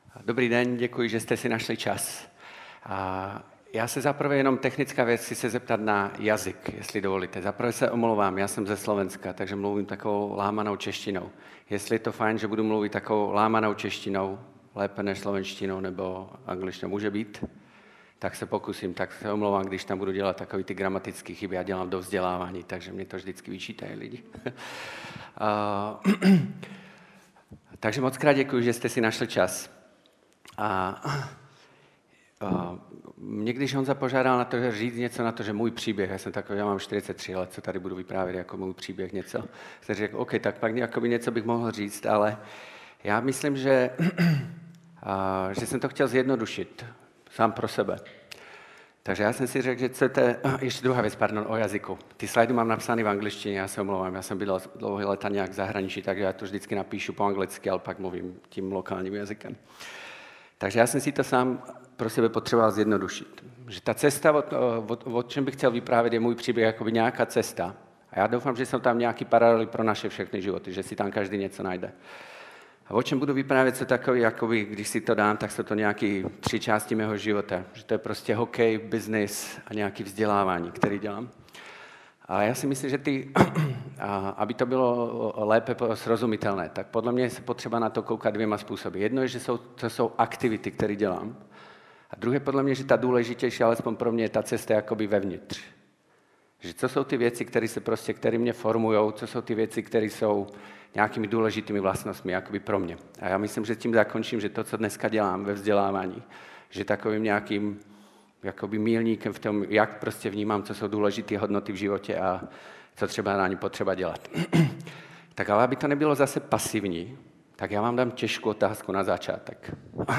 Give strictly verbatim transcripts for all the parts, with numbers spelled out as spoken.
Dobrý den, děkuji, že jste si našli čas. A já se zaprvé jenom technická věc, chci se zeptat na jazyk, jestli dovolíte. Zaprvé se omlouvám, já jsem ze Slovenska, takže mluvím takovou lámanou češtinou. Jestli je to fajn, že budu mluvit takovou lámanou češtinou, lépe než slovenštinou nebo angličtinou, může být? Tak se pokusím, tak se omlouvám, když tam budu dělat takový ty gramatické chyby, já dělám do vzdělávání, takže mě to vždycky vyčítají lidi. A, takže moc krát děkuji, že jste si našli čas. A, a mě když Honza požádal na to, že říct něco na to, že můj příběh, já jsem takový, já mám čtyřicet tři let, co tady budu vyprávět jako můj příběh něco, jsem řekl, OK, tak pak jakoby něco bych mohl říct, ale já myslím, že, a, že jsem to chtěl zjednodušit sám pro sebe. Takže já jsem si řekl, že chcete, ještě druhá věc, pardon, o jazyku. Ty slajdy mám napsané v angličtině, já se omlouvám, já jsem bydlel dlouhé léta nějak v zahraničí, takže já to vždycky napíšu po anglicky, ale pak mluvím tím lokálním jazykem. Takže já jsem si to sám pro sebe potřeboval zjednodušit. Že ta cesta, o, o, o čem bych chtěl vyprávět, je můj příběh jakoby nějaká cesta. A já doufám, že jsou tam nějaký paralely pro naše všechny životy, že si tam každý něco najde. A o čem budu vyprávět, co takový, jakoby, když si to dám, tak jsou to nějaké tři části mého života. Že to je prostě hokej, business a nějaké vzdělávání, který dělám. A já si myslím, že ty, aby to bylo lépe srozumitelné, tak podle mě je potřeba na to koukat dvěma způsoby. Jedno je, že jsou, to jsou aktivity, které dělám. A druhé podle mě, že ta důležitější, alespoň pro mě, je ta cesta jakoby vevnitř. Že co jsou ty věci, které se prostě, které mě formujou, co jsou ty věci, které jsou nějakými důležitými vlastnostmi, jakoby pro mě. A já myslím, že tím zakončím, že to, co dneska dělám ve vzdělávání, že takovým nějakým jakoby milníkem v tom, jak prostě vnímám, co jsou důležité hodnoty v životě a co třeba na ně potřeba dělat. Tak ale aby to nebylo zase pasivní, tak já vám dám těžkou otázku na začátek.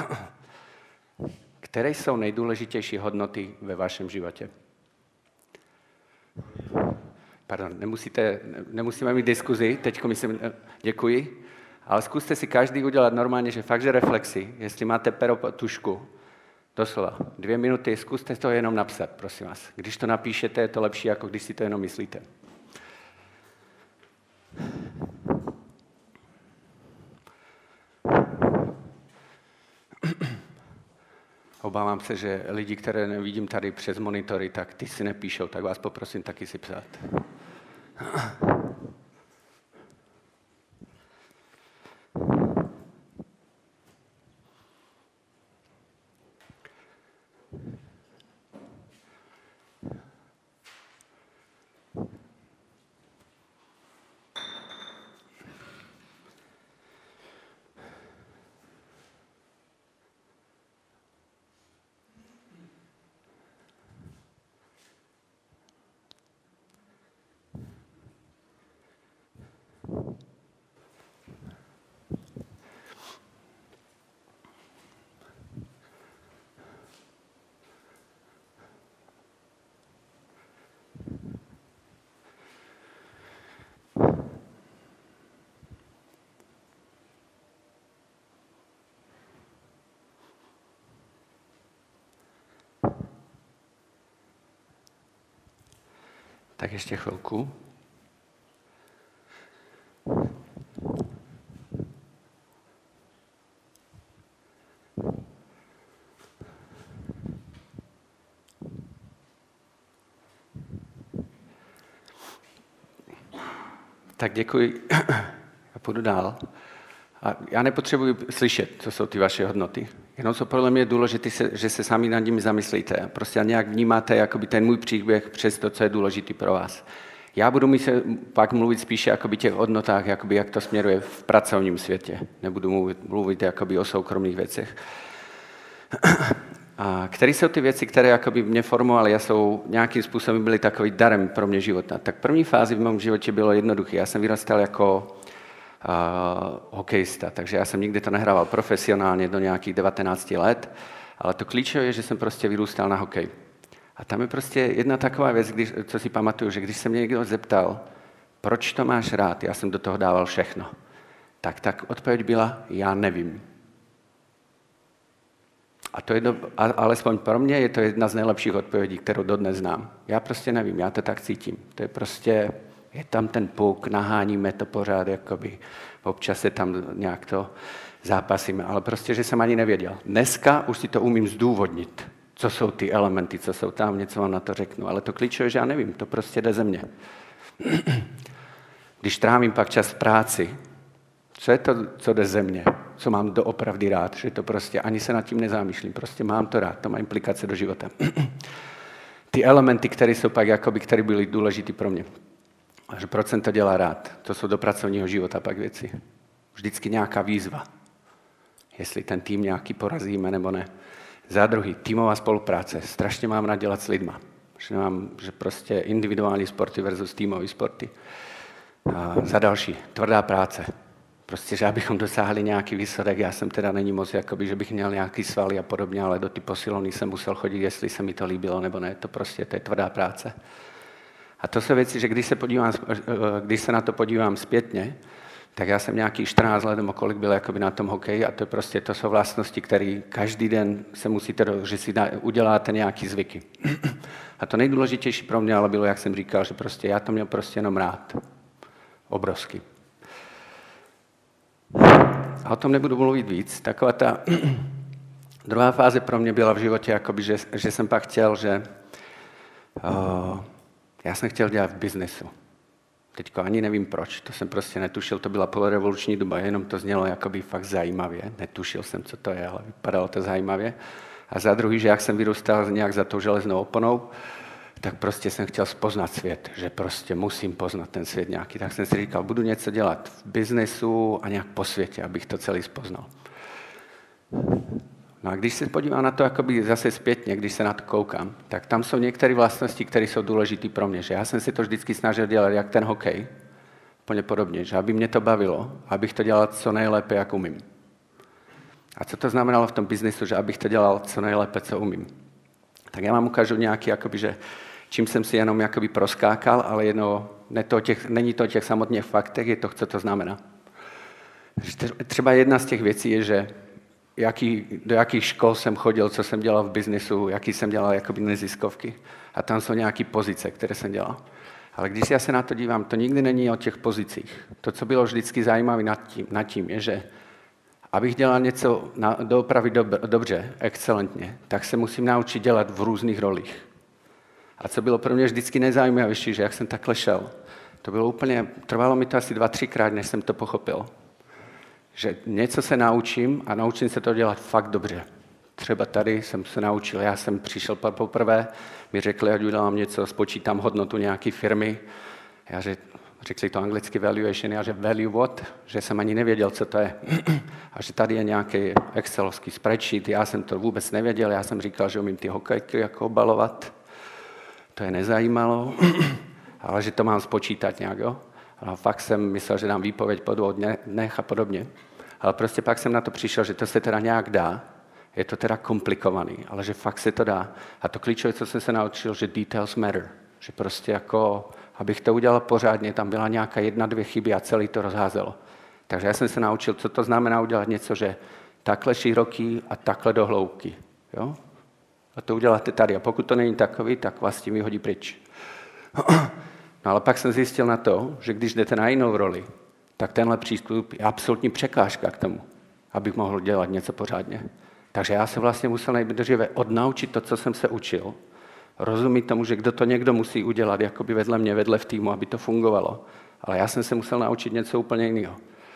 Které jsou nejdůležitější hodnoty ve vašem životě? Pardon, nemusíte, nemusíme mít diskuzi, teďko myslím, děkuji, ale zkuste si každý udělat normálně, že fakt, že reflexi, jestli máte pero, tušku, doslova, dvě minuty, zkuste to jenom napsat, prosím vás. Když to napíšete, je to lepší, jako když si to jenom myslíte. Obávám se, že lidi, které nevidím tady přes monitory, tak ty si nepíšou, tak vás poprosím taky si psát. Tak ještě chvilku. Tak děkuji. Já půjdu dál. A já nepotřebuji slyšet, co jsou ty vaše hodnoty. Jenom co podle mě je důležité, že se sami nad nimi zamyslíte. Prostě nějak vnímáte jakoby ten můj příběh přes to, co je důležité pro vás. Já budu myslet, pak mluvit spíše jakoby těch hodnotách, jakoby jak to směruje v pracovním světě. Nebudu mluvit, mluvit jakoby o soukromých věcech. A které jsou ty věci, které jakoby mě formovaly a jsou nějakým způsobem byly takový darem pro mě života. Tak první fázi v mém životě bylo jednoduché. Já jsem vyrastal jako Uh, hokejista, takže já jsem nikdy to nehrával profesionálně do nějakých devatenácti let, ale to klíčové je, že jsem prostě vyrůstal na hokej. A tam je prostě jedna taková věc, když, co si pamatuju, že když se mě někdo zeptal, proč to máš rád, já jsem do toho dával všechno, tak tak odpověď byla, já nevím. A to je, do, alespoň pro mě, je to jedna z nejlepších odpovědí, kterou dodnes znám. Já prostě nevím, já to tak cítím. To je prostě, je tam ten puk, naháníme to pořád, jakoby, občas je tam nějak to zápasíme, ale prostě, že jsem ani nevěděl. Dneska už si to umím zdůvodnit, co jsou ty elementy, co jsou tam, něco vám na to řeknu, ale to klíčové, že já nevím, to prostě jde ze mě. Když trávím pak čas v práci, co je to, co jde ze mě, co mám doopravdy rád, že to prostě ani se nad tím nezamýšlím, prostě mám to rád, to má implikace do života. Ty elementy, které jsou pak, jakoby, které byly důležité pro mě. A že proč jsem to dělal rád, to jsou do pracovního života pak věci. Vždycky nějaká výzva, jestli ten tým nějaký porazíme nebo ne. Za druhý, týmová spolupráce, strašně mám rád dělat s lidma. Že, mám, že prostě individuální sporty versus týmové sporty. A za další, tvrdá práce. Prostě, že abychom dosáhli nějaký výsledek, já jsem teda není moc, jakoby, že bych měl nějaký svaly a podobně, ale do ty posilovny jsem musel chodit, jestli se mi to líbilo nebo ne, to prostě, to je tvrdá práce. A to jsou věci, že když se, podívám, když se na to podívám zpětně, tak já jsem nějaký čtrnáct let nebo kolik byl jakoby na tom hokeji a to, prostě, to jsou vlastnosti, které každý den se musíte, že si uděláte nějaký zvyky. A to nejdůležitější pro mě ale bylo, jak jsem říkal, že prostě já to měl prostě jenom rád. Obrovský. A o tom nebudu mluvit víc. Taková ta druhá fáze pro mě byla v životě, jakoby, že, že jsem pak chtěl, že uh, já jsem chtěl dělat v biznesu. Teďko ani nevím proč, to jsem prostě netušil, to byla polorevoluční doba, jenom to znělo jakoby fakt zajímavě. Netušil jsem, co to je, ale vypadalo to zajímavě. A za druhý, že jak jsem vyrůstal nějak za tou železnou oponou, tak prostě jsem chtěl spoznat svět, že prostě musím poznat ten svět nějaký. Tak jsem si říkal, budu něco dělat v biznesu a nějak po světě, abych to celý spoznal. No a když se podívám na to jakoby zase zpětně, když se na to koukám, tak tam jsou některé vlastnosti, které jsou důležité pro mě. Že já jsem si to vždycky snažil dělat jak ten hokej, úplně podobně, že aby mě to bavilo, abych to dělal co nejlépe, jak umím. A co to znamenalo v tom biznesu, že abych to dělal co nejlépe, co umím. Tak já vám ukážu nějaký, jakoby, že čím jsem si jenom jakoby proskákal, ale jedno, ne to těch, není to o těch samotných faktech, je to, co to znamená. Třeba jedna z těch věcí je, že jaký, do jakých škol jsem chodil, co jsem dělal v biznesu, jaký jsem dělal jakoby neziskovky. A tam jsou nějaké pozice, které jsem dělal. Ale když já se na to dívám, to nikdy není o těch pozicích. To, co bylo vždycky zajímavé nad tím, nad tím je, že abych dělal něco na, doopravdy dob, dobře, excelentně, tak se musím naučit dělat v různých rolích. A co bylo pro mě vždycky nejzajímavější, že jak jsem takhle šel, to bylo úplně, trvalo mi to asi dva, třikrát, než jsem to pochopil. Že něco se naučím a naučím se to dělat fakt dobře. Třeba tady jsem se naučil, já jsem přišel poprvé, mi řekli, ať udělám něco, spočítám hodnotu nějaké firmy. Já že, řekli to anglicky valuation, já že value what, že jsem ani nevěděl, co to je. A že tady je nějaký excelovský spreadsheet, já jsem to vůbec nevěděl, já jsem říkal, že umím ty hokejky jako obalovat. To je nezajímalo, ale že to mám spočítat nějak, jo. A fakt jsem myslel, že dám výpověď po dvou dnech a podobně. Ale prostě pak jsem na to přišel, že to se teda nějak dá. Je to teda komplikovaný, ale že fakt se to dá. A to klíčové, co jsem se naučil, že details matter. Že prostě jako, abych to udělal pořádně, tam byla nějaká jedna, dvě chyby a celý to rozházelo. Takže já jsem se naučil, co to znamená udělat něco, že takhle široký a takhle do hloubky. Jo? A to uděláte tady. A pokud to není takový, tak vás tím vyhodí pryč. No ale pak jsem zjistil na to, že když jdete na jinou roli, tak tenhle přístup je absolutní překážka k tomu, abych mohl dělat něco pořádně. Takže já se vlastně musel nejdříve odnaučit to, co jsem se učil, rozumět tomu, že kdo to někdo musí udělat, jakoby vedle mě, vedle v týmu, aby to fungovalo. Ale já jsem se musel naučit něco úplně jiného.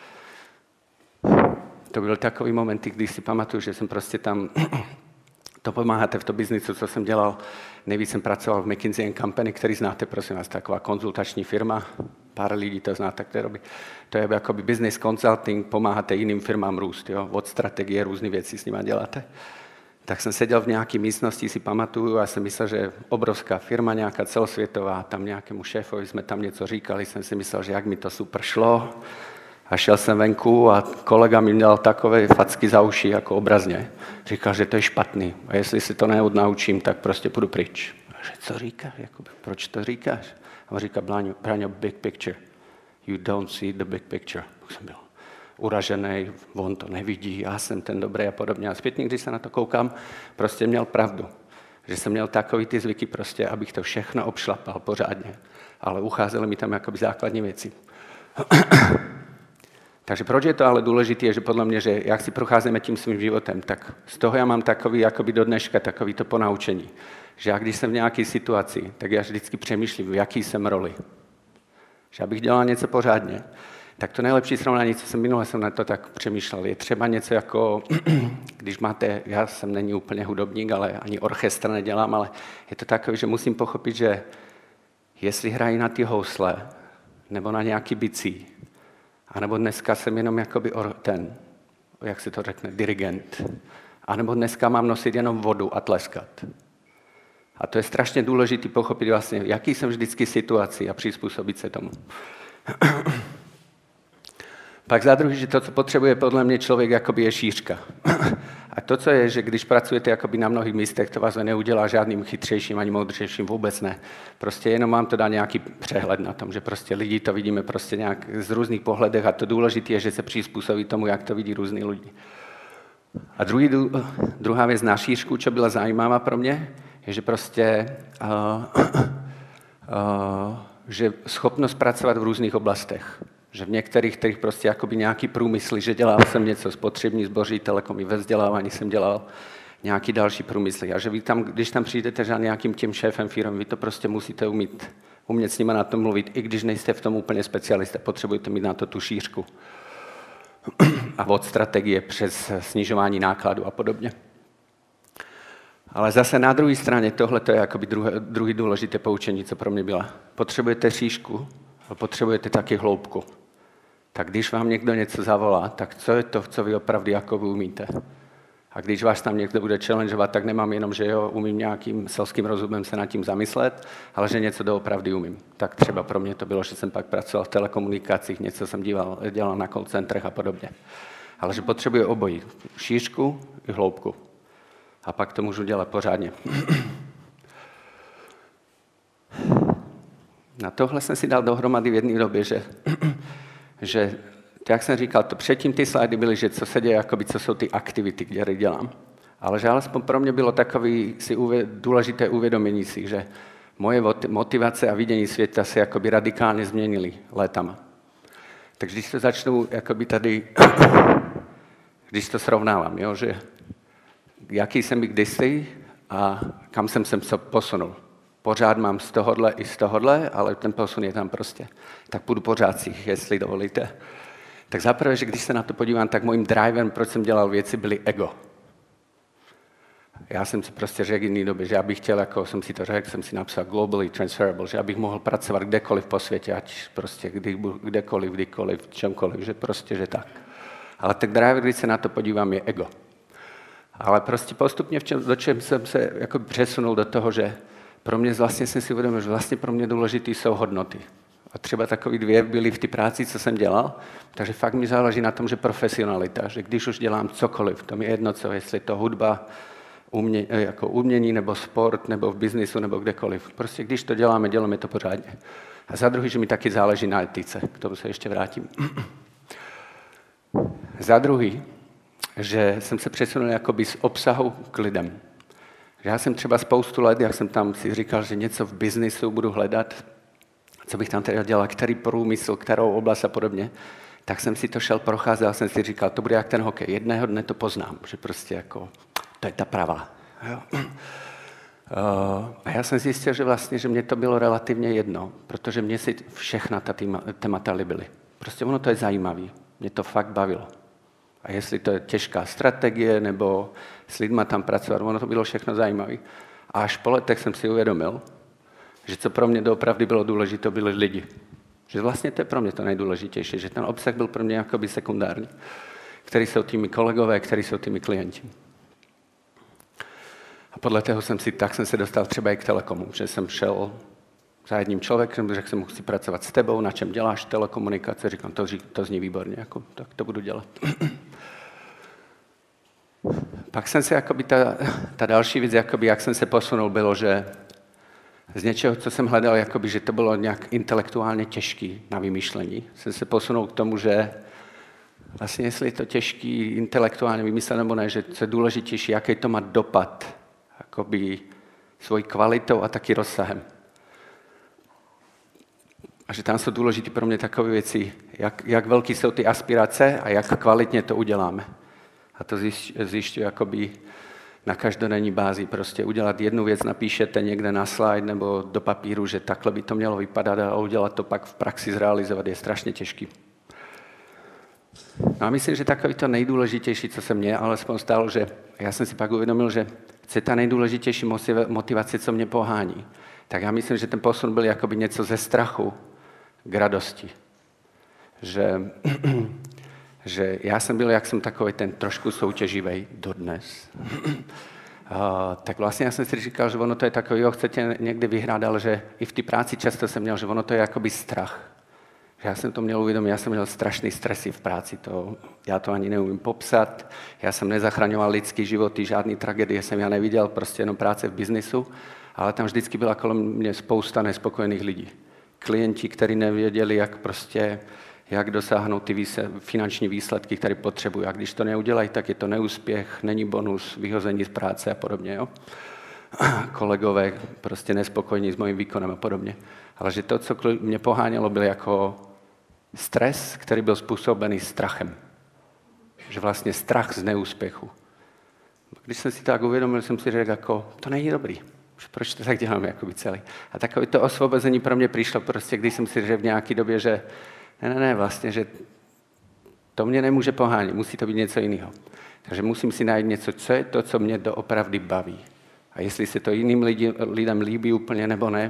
To byly takový momenty, kdy si pamatuju, že jsem prostě tam, to pomáháte v tom biznisu, co jsem dělal. Nejvíc jsem pracoval v McKinsey and Company, který znáte, prosím vás, taková konzultační firma. Pár lidí to znáte, které robí. To je jakoby business consulting, pomáháte jiným firmám růst, jo? Od strategie různé věci s nimi děláte. Tak jsem seděl v nějaké místnosti, si pamatuju, a jsem myslel, že obrovská firma, nějaká celosvětová, tam nějakému šéfovi jsme tam něco říkali, jsem si myslel, že jak mi to super šlo. A šel jsem venku a kolega mi dal takové facky za uši, jako obrazně. Říkal, že to je špatný. A jestli si to neodnaučím, tak prostě půjdu pryč. A že co říkáš? Jakoby, proč to říkáš? A on říká, Braňo, big picture. You don't see the big picture. Tak jsem byl uražený, on to nevidí, já jsem ten dobrý a podobně. A zpětně, když se na to koukám, prostě měl pravdu. Že jsem měl takový ty zvyky prostě, abych to všechno obšlapal pořádně. Ale ucházely mi tam jakoby základní věci. Takže proč je to ale důležité, je, že podle mě, že jak si procházíme tím svým životem, tak z toho já mám takový, jakoby do dneška, takový to ponaučení, že já když jsem v nějaké situaci, tak já vždycky přemýšlím, v jaký jsem roli. Že abych dělal něco pořádně, tak to nejlepší srovnání, co jsem minule jsem na to tak přemýšlel, je třeba něco jako, když máte, já jsem není úplně hudobník, ale ani orchestr nedělám, ale je to takové, že musím pochopit, že jestli hrají na ty housle, nebo na nějaký bicí, anebo dneska jsem jenom jakoby ten, jak se to řekne, dirigent, anebo dneska mám nosit jenom vodu a tleskat. A to je strašně důležité pochopit vlastně, jaký jsem vždycky situaci a přizpůsobit se tomu. Pak za druhé, že to, co potřebuje podle mě člověk, jakoby je šířka. A to, co je, že když pracujete jakoby na mnohých místech, to vás neudělá žádným chytřejším ani moudřejším, vůbec ne. Prostě jenom vám to dá nějaký přehled na tom, že prostě lidi to vidíme prostě nějak z různých pohledech a to důležité je, že se přizpůsobí tomu, jak to vidí různý lidi. A druhý, druhá věc na šířku, co byla zajímavá pro mě, je, že prostě uh, uh, že schopnost pracovat v různých oblastech. Že v některých, kterých prostě jakoby nějaký průmysly, že dělal jsem něco spotřební zboží, telekomy, ve vzdělávání jsem dělal nějaký další průmysly. A že vy tam, když tam přijdete za nějakým tím šéfem firmy, vy to prostě musíte umít, umět s nimi na tom mluvit, i když nejste v tom úplně specialista, potřebujete mít na to tu šířku. A od strategie přes snižování nákladů a podobně. Ale zase na druhé straně, tohle to je jakoby druhé, druhý důležité poučení, co pro mě bylo. Potřebujete šířku, ale potřebujete taky hloubku. Tak když vám někdo něco zavolá, tak co je to, co vy opravdu jako vy umíte? A když vás tam někdo bude challengeovat, tak nemám jenom, že jo, umím nějakým selským rozumem se nad tím zamyslet, ale že něco doopravdy umím. Tak třeba pro mě to bylo, že jsem pak pracoval v telekomunikacích, něco jsem díval, dělal na call centrech a podobně. Ale že potřebuje obojí, šířku i hloubku. A pak to můžu dělat pořádně. Na tohle jsem si dal dohromady v jedné době, že, že jak jsem říkal, to předtím ty slajdy byly, že co se děje, jakoby, co jsou ty aktivity, které dělám. Ale že alespoň pro mě bylo takový si uvě, důležité uvědomění si, že moje motivace a vidění světa se jakoby radikálně změnily létama. Takže když to začnu jakoby tady, když to srovnávám, jo, že jaký jsem byl kdysi a kam jsem se posunul. Pořád mám z tohohle i z tohohle, ale ten posun je tam prostě. Tak půjdu pořád si, jestli dovolíte. Tak zaprvé, že když se na to podívám, tak mojím driverem, proč jsem dělal věci, byly ego. Já jsem si prostě řekl v jiné době, že já bych chtěl, jako jsem si to řekl, jsem si napsal globally transferable, že já bych mohl pracovat kdekoliv po světě, ať prostě kdy, kdekoliv, kdykoliv, čemkoliv, že prostě, že tak. Ale tak driver, když se na to podívám, je ego. Ale prostě postupně, v čem, do čem jsem se jako přesunul do toho, že pro mě vlastně jsem si uvědomil, že vlastně pro mě důležitý jsou hodnoty. A třeba takový dvě byly v té práci, co jsem dělal, takže fakt mi záleží na tom, že profesionalita, že když už dělám cokoliv, to mi je jedno co, jestli to hudba, umě, jako umění, nebo sport, nebo v biznisu, nebo kdekoliv. Prostě když to děláme, děláme to pořádně. A za druhý, že mi taky záleží na etice, k tomu se ještě vrátím. Za druhý, že jsem se přesunul jakoby z obsahu k lidem. Já jsem třeba spoustu let, jak jsem tam si říkal, že něco v biznisu budu hledat, co bych tam teda dělal, který průmysl, kterou oblast a podobně, tak jsem si to šel procházet a jsem si říkal, to bude jak ten hokej. Jedného dne to poznám, že prostě jako, to je ta pravá. Jo. A já jsem zjistil, že vlastně, že mě to bylo relativně jedno, protože mě si všechna ta témata líbily. Prostě ono to je zajímavý, mě to fakt bavilo. A jestli to je těžká strategie, nebo s lidma tam pracovat, ono to bylo všechno zajímavé. A až po letech jsem si uvědomil, že co pro mě doopravdy bylo důležité, byli lidi. Že vlastně to je pro mě to nejdůležitější, že ten obsah byl pro mě jakoby sekundární, který jsou tými kolegové, který jsou tými klienti. A podle toho jsem si, tak jsem se dostal třeba i k telekomu, že jsem šel za jedním člověkem, řekl jsem, chci pracovat s tebou, na čem děláš telekomunikace, říkám, to, to zní výborně, jako, tak to budu dělat. Pak jsem se, jakoby ta, ta další věc, jakoby, jak jsem se posunul, bylo, že z něčeho, co jsem hledal, jakoby, že to bylo nějak intelektuálně těžký na vymýšlení, jsem se posunul k tomu, že vlastně jestli je to těžký intelektuálně vymyslet nebo ne, že co je důležitější, jaký to má dopad, jakoby svojí kvalitou a taky rozsahem. A že tam jsou důležité pro mě takové věci, jak, jak velký jsou ty aspirace a jak kvalitně to uděláme. A to zjišťuji jakoby na každodenní bázi. Prostě udělat jednu věc, napíšete někde na slide nebo do papíru, že takhle by to mělo vypadat a udělat to pak v praxi zrealizovat je strašně těžký. No a myslím, že takový to nejdůležitější, co se mně alespoň stalo, že já jsem si pak uvědomil, že co je ta nejdůležitější motivace, co mě pohání. Tak já myslím, že ten posun byl jakoby něco ze strachu k radosti. Že, že já jsem byl, jak jsem takový ten trošku soutěživý dodnes. Uh, tak vlastně já jsem si říkal, že ono to je takový, jo, chcete někdy vyhrát, ale že i v té práci často jsem měl, že ono to je jakoby strach. Že já jsem to měl uvědomit, já jsem měl strašný stresy v práci, to, já to ani neumím popsat, já jsem nezachraňoval lidský životy, žádný tragédie jsem já neviděl, prostě jenom práce v biznisu, ale tam vždycky byla kolem mě spousta nespokojených lidí. Klienti, kteří nevěděli, jak prostě, jak dosáhnout ty výse, finanční výsledky, které potřebují. A když to neudělají, tak je to neúspěch, není bonus, vyhození z práce a podobně. Jo? Kolegové prostě nespokojení s mojím výkonem a podobně. Ale že to, co mě pohánělo, byl jako stres, který byl způsobený strachem. Že vlastně strach z neúspěchu. Když jsem si to tak uvědomil, jsem si řekl, jako, to není dobrý. Proč to tak děláme jakoby celý? A takové to osvobození pro mě přišlo prostě, když jsem si řekl v nějaké době, že ne, ne, ne, vlastně, že to mě nemůže pohánět, musí to být něco jiného. Takže musím si najít něco, co je to, co mě doopravdy baví. A jestli se to jiným lidi, lidem líbí úplně nebo ne,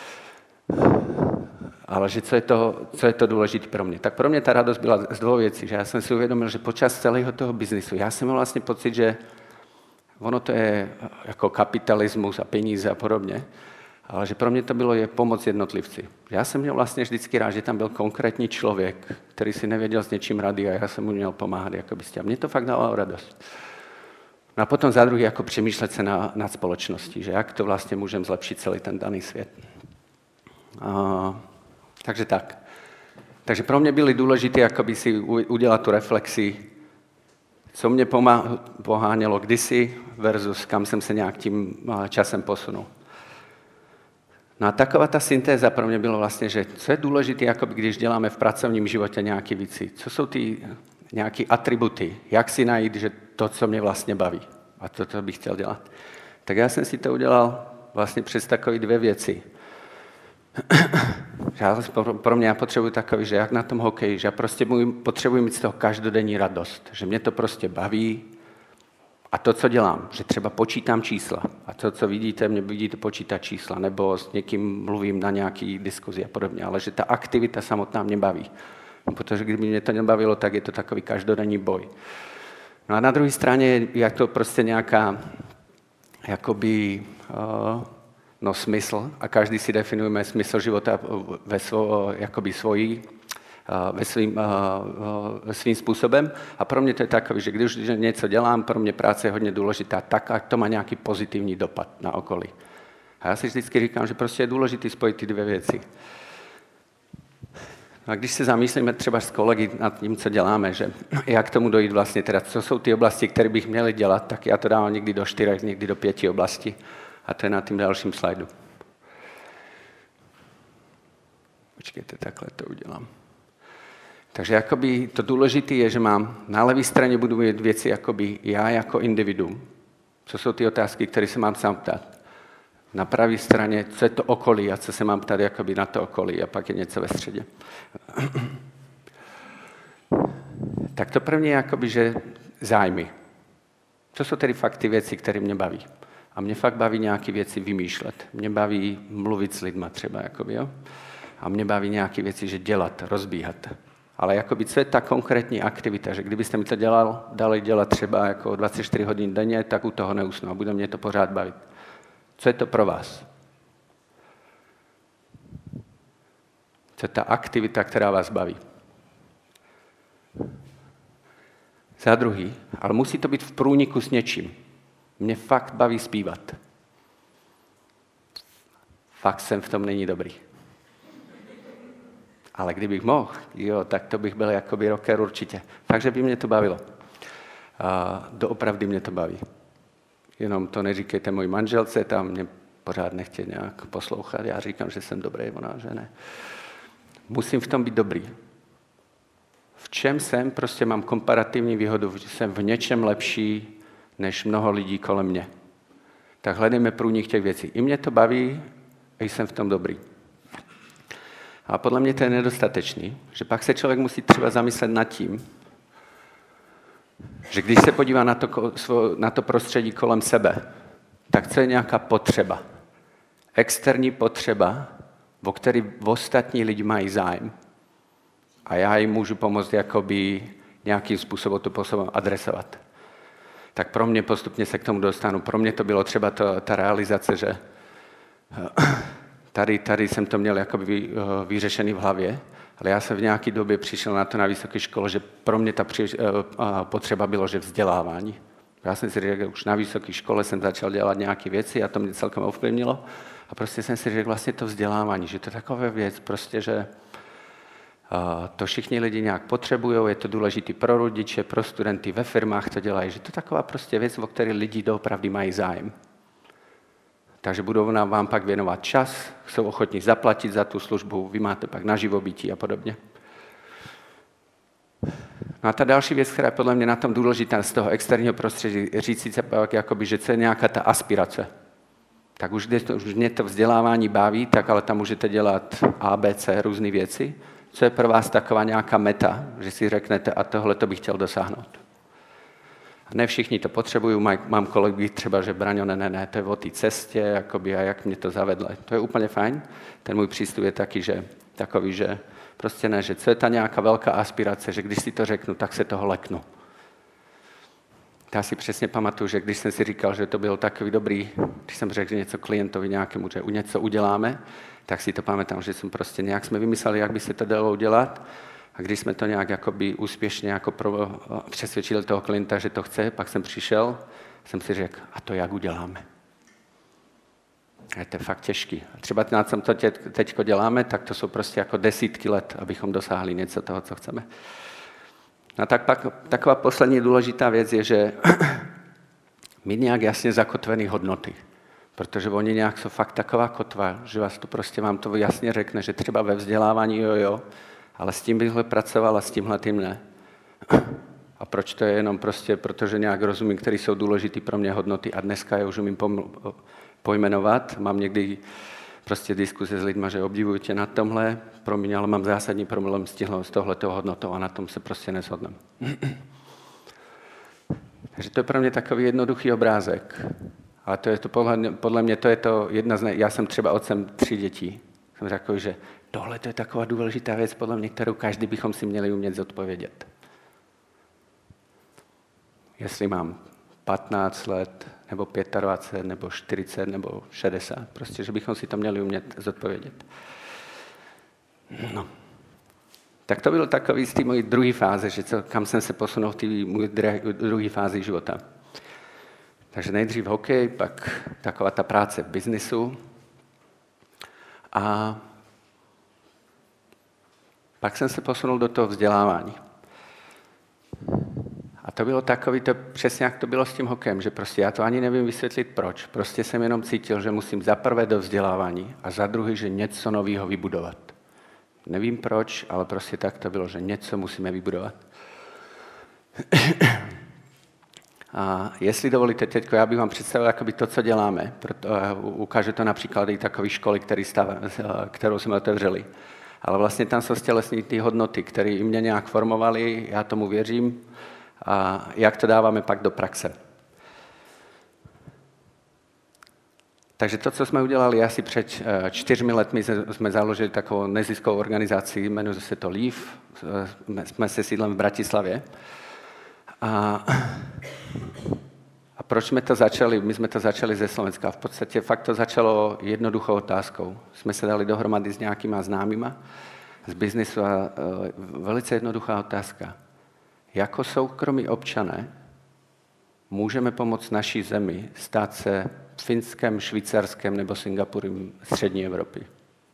ale že co je to, co je to důležité pro mě. Tak pro mě ta radost byla z dvou věcí, že já jsem si uvědomil, že počas celého toho biznisu, já jsem měl vlastně pocit, že ono to je jako kapitalismus a peníze a podobně, ale že pro mě to bylo je pomoc jednotlivci. Já jsem měl vlastně vždycky rád, že tam byl konkrétní člověk, který si nevěděl s něčím rady a já jsem mu měl pomáhat. Jakoby a mě to fakt dalo radost. No a potom za druhý jako přemýšlet se na, nad společností, že jak to vlastně můžeme zlepšit celý ten daný svět. A, takže tak. Takže pro mě byly důležité jakoby si udělat tu reflexi, co mě pohánělo kdysi versus kam jsem se nějak tím časem posunul. No a taková ta syntéza pro mě bylo vlastně, že co je důležité, jakoby když děláme v pracovním životě nějaké věci, co jsou ty nějaké atributy, jak si najít, že to, co mě vlastně baví a to, co bych chtěl dělat. Tak já jsem si to udělal vlastně přes takové dvě věci. Pro mě já potřebuji takový, že jak na tom hokeji, že já prostě potřebuji mít z toho každodenní radost, že mě to prostě baví a to, co dělám, že třeba počítám čísla a to, co vidíte, mě vidíte počítat čísla nebo s někým mluvím na nějaký diskuzi a podobně, ale že ta aktivita samotná mě baví. Protože kdyby mě to nebavilo, tak je to takový každodenní boj. No a na druhé straně je to prostě nějaká jakoby uh, no, smysl a každý si definujeme smysl života ve, svo, jakoby svojí, ve svým, ve svým způsobem. A pro mě to je takový, že když něco dělám, pro mě práce je hodně důležitá, tak ať to má nějaký pozitivní dopad na okolí. A já si vždycky říkám, že prostě je důležité spojit ty dvě věci. A když se zamyslíme třeba s kolegy nad tím, co děláme, že jak tomu dojít vlastně, teda co jsou ty oblasti, které bych měli dělat, tak já to dávám někdy do čtyřech, někdy do pěti oblastí. A to je na tím dalším slajdu. Počkejte, takhle to udělám. Takže jakoby to důležité je, že mám na levé straně budu mít věci jakoby já jako individuum. Co jsou ty otázky, které se mám sám ptát. Na pravé straně, co je to okolí a co se mám ptát jakoby na to okolí a pak je něco ve středě. Tak to první je jakoby, že zájmy. Co jsou tedy fakt ty věci, které mě baví? A mě fakt baví nějaké věci vymýšlet. Mě baví mluvit s lidma třeba, jakoby, jo? A mě baví nějaké věci, že dělat, rozbíhat. Ale jakoby, co je ta konkrétní aktivita, že kdybyste mi to dělal, dali dělat třeba jako dvacet čtyři hodin denně, tak u toho neusnu a bude mě to pořád bavit. Co je to pro vás? Co je ta aktivita, která vás baví? Za druhý, ale musí to být v průniku s něčím. Mě fakt baví zpívat. Fakt jsem v tom není dobrý. Ale kdybych mohl, jo, tak to bych byl jakoby rocker určitě. Takže by mě to bavilo. A doopravdy mě to baví. Jenom to neříkejte mojí manželce, tam mě pořád nechtějí nějak poslouchat. Já říkám, že jsem dobrý, ona, že ne. musím v tom být dobrý. V čem jsem, prostě mám komparativní výhodu, že jsem v něčem lepší než mnoho lidí kolem mě. Tak hledejme průnik těch věcí. I mě to baví, a jsem v tom dobrý. A podle mě to je nedostatečný, že pak se člověk musí třeba zamyslet nad tím, že když se podívá na to, na to prostředí kolem sebe, tak co je nějaká potřeba. Externí potřeba, o který ostatní lidi mají zájem. A já jim můžu pomoct jakoby nějakým způsobem to způsobem adresovat. Tak pro mě postupně se k tomu dostanu. Pro mě to bylo třeba to, ta realizace, že tady, tady jsem to měl jakoby vyřešený v hlavě, ale já jsem v nějaké době přišel na to na vysoké škole, že pro mě ta při, potřeba bylo, že vzdělávání. Já jsem si řekl, že už na vysoké škole jsem začal dělat nějaké věci a to mě celkem ovlivnilo. A prostě jsem si řekl vlastně to vzdělávání, že to je taková věc, prostě, že to všichni lidi nějak potřebují, je to důležitý pro rodiče, pro studenty, ve firmách to dělají, že to je taková prostě věc, o které lidi doopravdy mají zájem. Takže budou nám vám pak věnovat čas, jsou ochotní zaplatit za tu službu, vy máte pak na živobytí a podobně. No a ta další věc, která je podle mě na tom důležitá z toho externího prostředí, říct si pak, jakoby, že co je nějaká ta aspirace. Tak už, to, už mě to vzdělávání baví, tak ale tam můžete dělat A, B, C, různé věci. Co je pro vás taková nějaká meta, že si řeknete, a tohle to bych chtěl dosáhnout. A ne všichni to potřebují, mám kolegy třeba, že Braňo, ne, ne, ne, to je o té cestě, jakoby, a jak mě to zavedlo. To je úplně fajn. Ten můj přístup je taky, že takový, že prostě ne, že co je ta nějaká velká aspirace, že když si to řeknu, tak se toho leknu. Já si přesně pamatuju, že když jsem si říkal, že to bylo takový dobrý, když jsem řekl něco klientovi nějakému, že něco uděláme, tak si to pamatám, že jsem prostě nějak jsme vymysleli, jak by se to dalo udělat. A když jsme to nějak jakoby úspěšně jako pro, přesvědčili toho klienta, že to chce, pak jsem přišel, jsem si řekl, a to jak uděláme? A je to fakt těžký. A třeba na co to teď děláme, tak to jsou prostě jako desítky let, abychom dosáhli něco toho, co chceme. A tak pak taková poslední důležitá věc je, že mít nějak jasně zakotvené hodnoty. Protože oni nějak jsou fakt taková kotva, že vás to prostě vám to jasně řekne, že třeba ve vzdělávání jo, jo, ale s tím bychhle pracoval a s tímhle tím ne. A proč to je jenom prostě, protože nějak rozumím, které jsou důležité pro mě hodnoty a dneska je už umím pojmenovat. Mám někdy prostě diskuse s lidma, že obdivuju tě na tomhle, pro mě, ale mám zásadní problém s, tímhle, s tohletou hodnotou a na tom se prostě neshodneme. Takže to je pro mě takový jednoduchý obrázek. Ale to je to podle, podle mě to je to jedna z ne... Já jsem třeba otcem tři dětí. Jsem řekl, že tohle to je taková důležitá věc, podle mě, kterou každý bychom si měli umět zodpovědět. Jestli mám patnáct let, nebo dvacet pět, nebo čtyřicet, nebo šedesát. Prostě, že bychom si to měli umět zodpovědět. No. Tak to bylo takový z té mojí druhé fáze, že co, kam jsem se posunul v té mojí druhé fázi života. Takže nejdřív hokej, pak taková ta práce v biznisu a pak jsem se posunul do toho vzdělávání. A to bylo takový, to přesně jak to bylo s tím hokejem, že prostě já to ani nevím vysvětlit proč. Prostě jsem jenom cítil, že musím za prvé do vzdělávání a za druhé, že něco nového vybudovat. Nevím proč, ale prostě tak to bylo, že něco musíme vybudovat. A jestli dovolíte, teďko, já bych vám představil jakoby to, co děláme. Proto, uh, ukážu to například i takové školy, který stav, kterou jsme otevřeli. Ale vlastně tam jsou stělesní ty hodnoty, které i mě nějak formovaly, já tomu věřím, a jak to dáváme pak do praxe. Takže to, co jsme udělali asi před čtyřmi letmi, jsme založili takovou neziskovou organizaci, jmenuje se to Leaf, jsme se sídlem v Bratislavě. A, a proč jsme to začali? My jsme to začali ze Slovenska. V podstatě fakt to začalo jednoduchou otázkou. Jsme se dali dohromady s nějakýma známýma z biznisu a uh, velice jednoduchá otázka. Jako soukromí občané můžeme pomoct naší zemi stát se Finskem, Švýcarskem nebo Singapurem střední Evropy?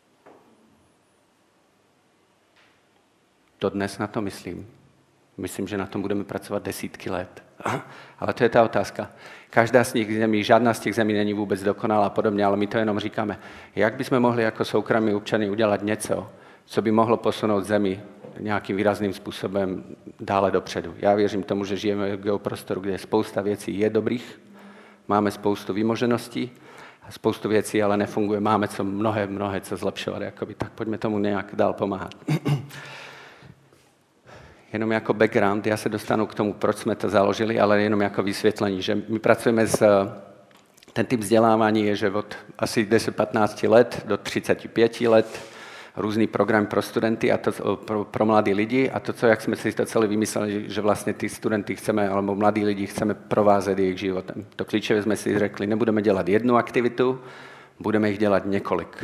To dnes na to myslím. Myslím, že na tom budeme pracovat desítky let. Ale to je ta otázka. Každá z těch zemí, žádná z těch zemí není vůbec dokonalá a podobně, ale my to jenom říkáme. Jak bychom mohli jako soukromí občany udělat něco, co by mohlo posunout zemi nějakým výrazným způsobem dále dopředu. Já věřím tomu, že žijeme v geoprostoru, kde spousta věcí je dobrých, máme spoustu výmožeností, spoustu věcí ale nefunguje, máme co mnohé, mnohé co zlepšovat, jakoby, tak pojďme tomu nějak dál pomáhat. Jenom jako background, já se dostanu k tomu, proč jsme to založili, ale jenom jako vysvětlení, že my pracujeme s, ten typ vzdělávání je, že od asi deset patnáct let do třicet pět let, různý program pro studenty a to pro, pro mladí lidi a to, co, jak jsme si to celé vymysleli, že vlastně ty studenty chceme, alebo mladí lidi chceme provázet jejich životem. To klíčové jsme si řekli, nebudeme dělat jednu aktivitu, budeme jich dělat několik.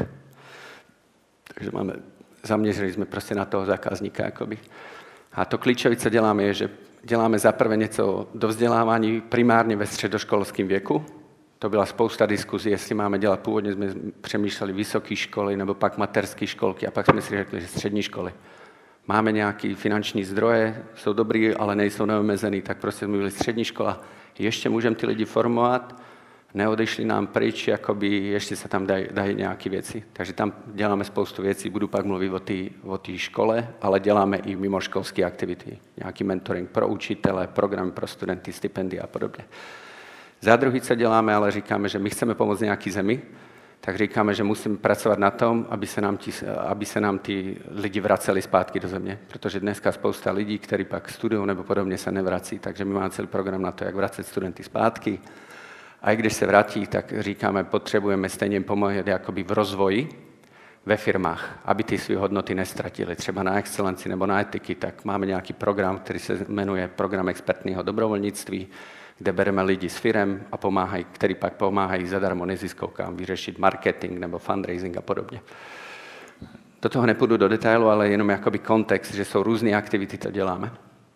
Takže máme, zaměřili jsme prostě na toho zákazníka, jakoby. A to klíčové, co děláme, je, že děláme zaprvé něco do vzdělávání primárně ve středoškolském věku. To byla spousta diskuzí, jestli máme dělat. Původně jsme přemýšleli vysoké školy nebo pak mateřské školky a pak jsme si řekli, že střední školy. Máme nějaké finanční zdroje, jsou dobrý, ale nejsou neomezený, tak prostě jsme byli střední škola. Ještě můžeme ty lidi formovat, neodešli nám pryč, jakoby ještě se tam dají, dají nějaké věci. Takže tam děláme spoustu věcí, budu pak mluvit o té o té škole, ale děláme i mimoškolské aktivity. Nějaký mentoring pro učitele, program pro studenty, stipendia a podobně. Za druhý, co děláme, ale říkáme, že my chceme pomoct nějaký zemi, tak říkáme, že musíme pracovat na tom, aby se nám, tí, aby se nám ty lidi vraceli zpátky do země. Protože dneska spousta lidí, kteří pak studují nebo podobně, se nevrací, takže my máme celý program na to, jak vracet studenty zpátky. A i když se vrátí, tak říkáme, potřebujeme stejně pomoct jakoby v rozvoji ve firmách, aby ty své hodnoty nestratili. Třeba na excelenci nebo na etiky, tak máme nějaký program, který se jmenuje Program expertního dobrovolnictví, kde bereme lidi s firem a pomáhají, který pak pomáhají zadarmo neziskovkám vyřešit marketing nebo fundraising a podobně. Do toho nepůjdu do detailu, ale jenom jakoby kontext, že jsou různé aktivity, to děláme.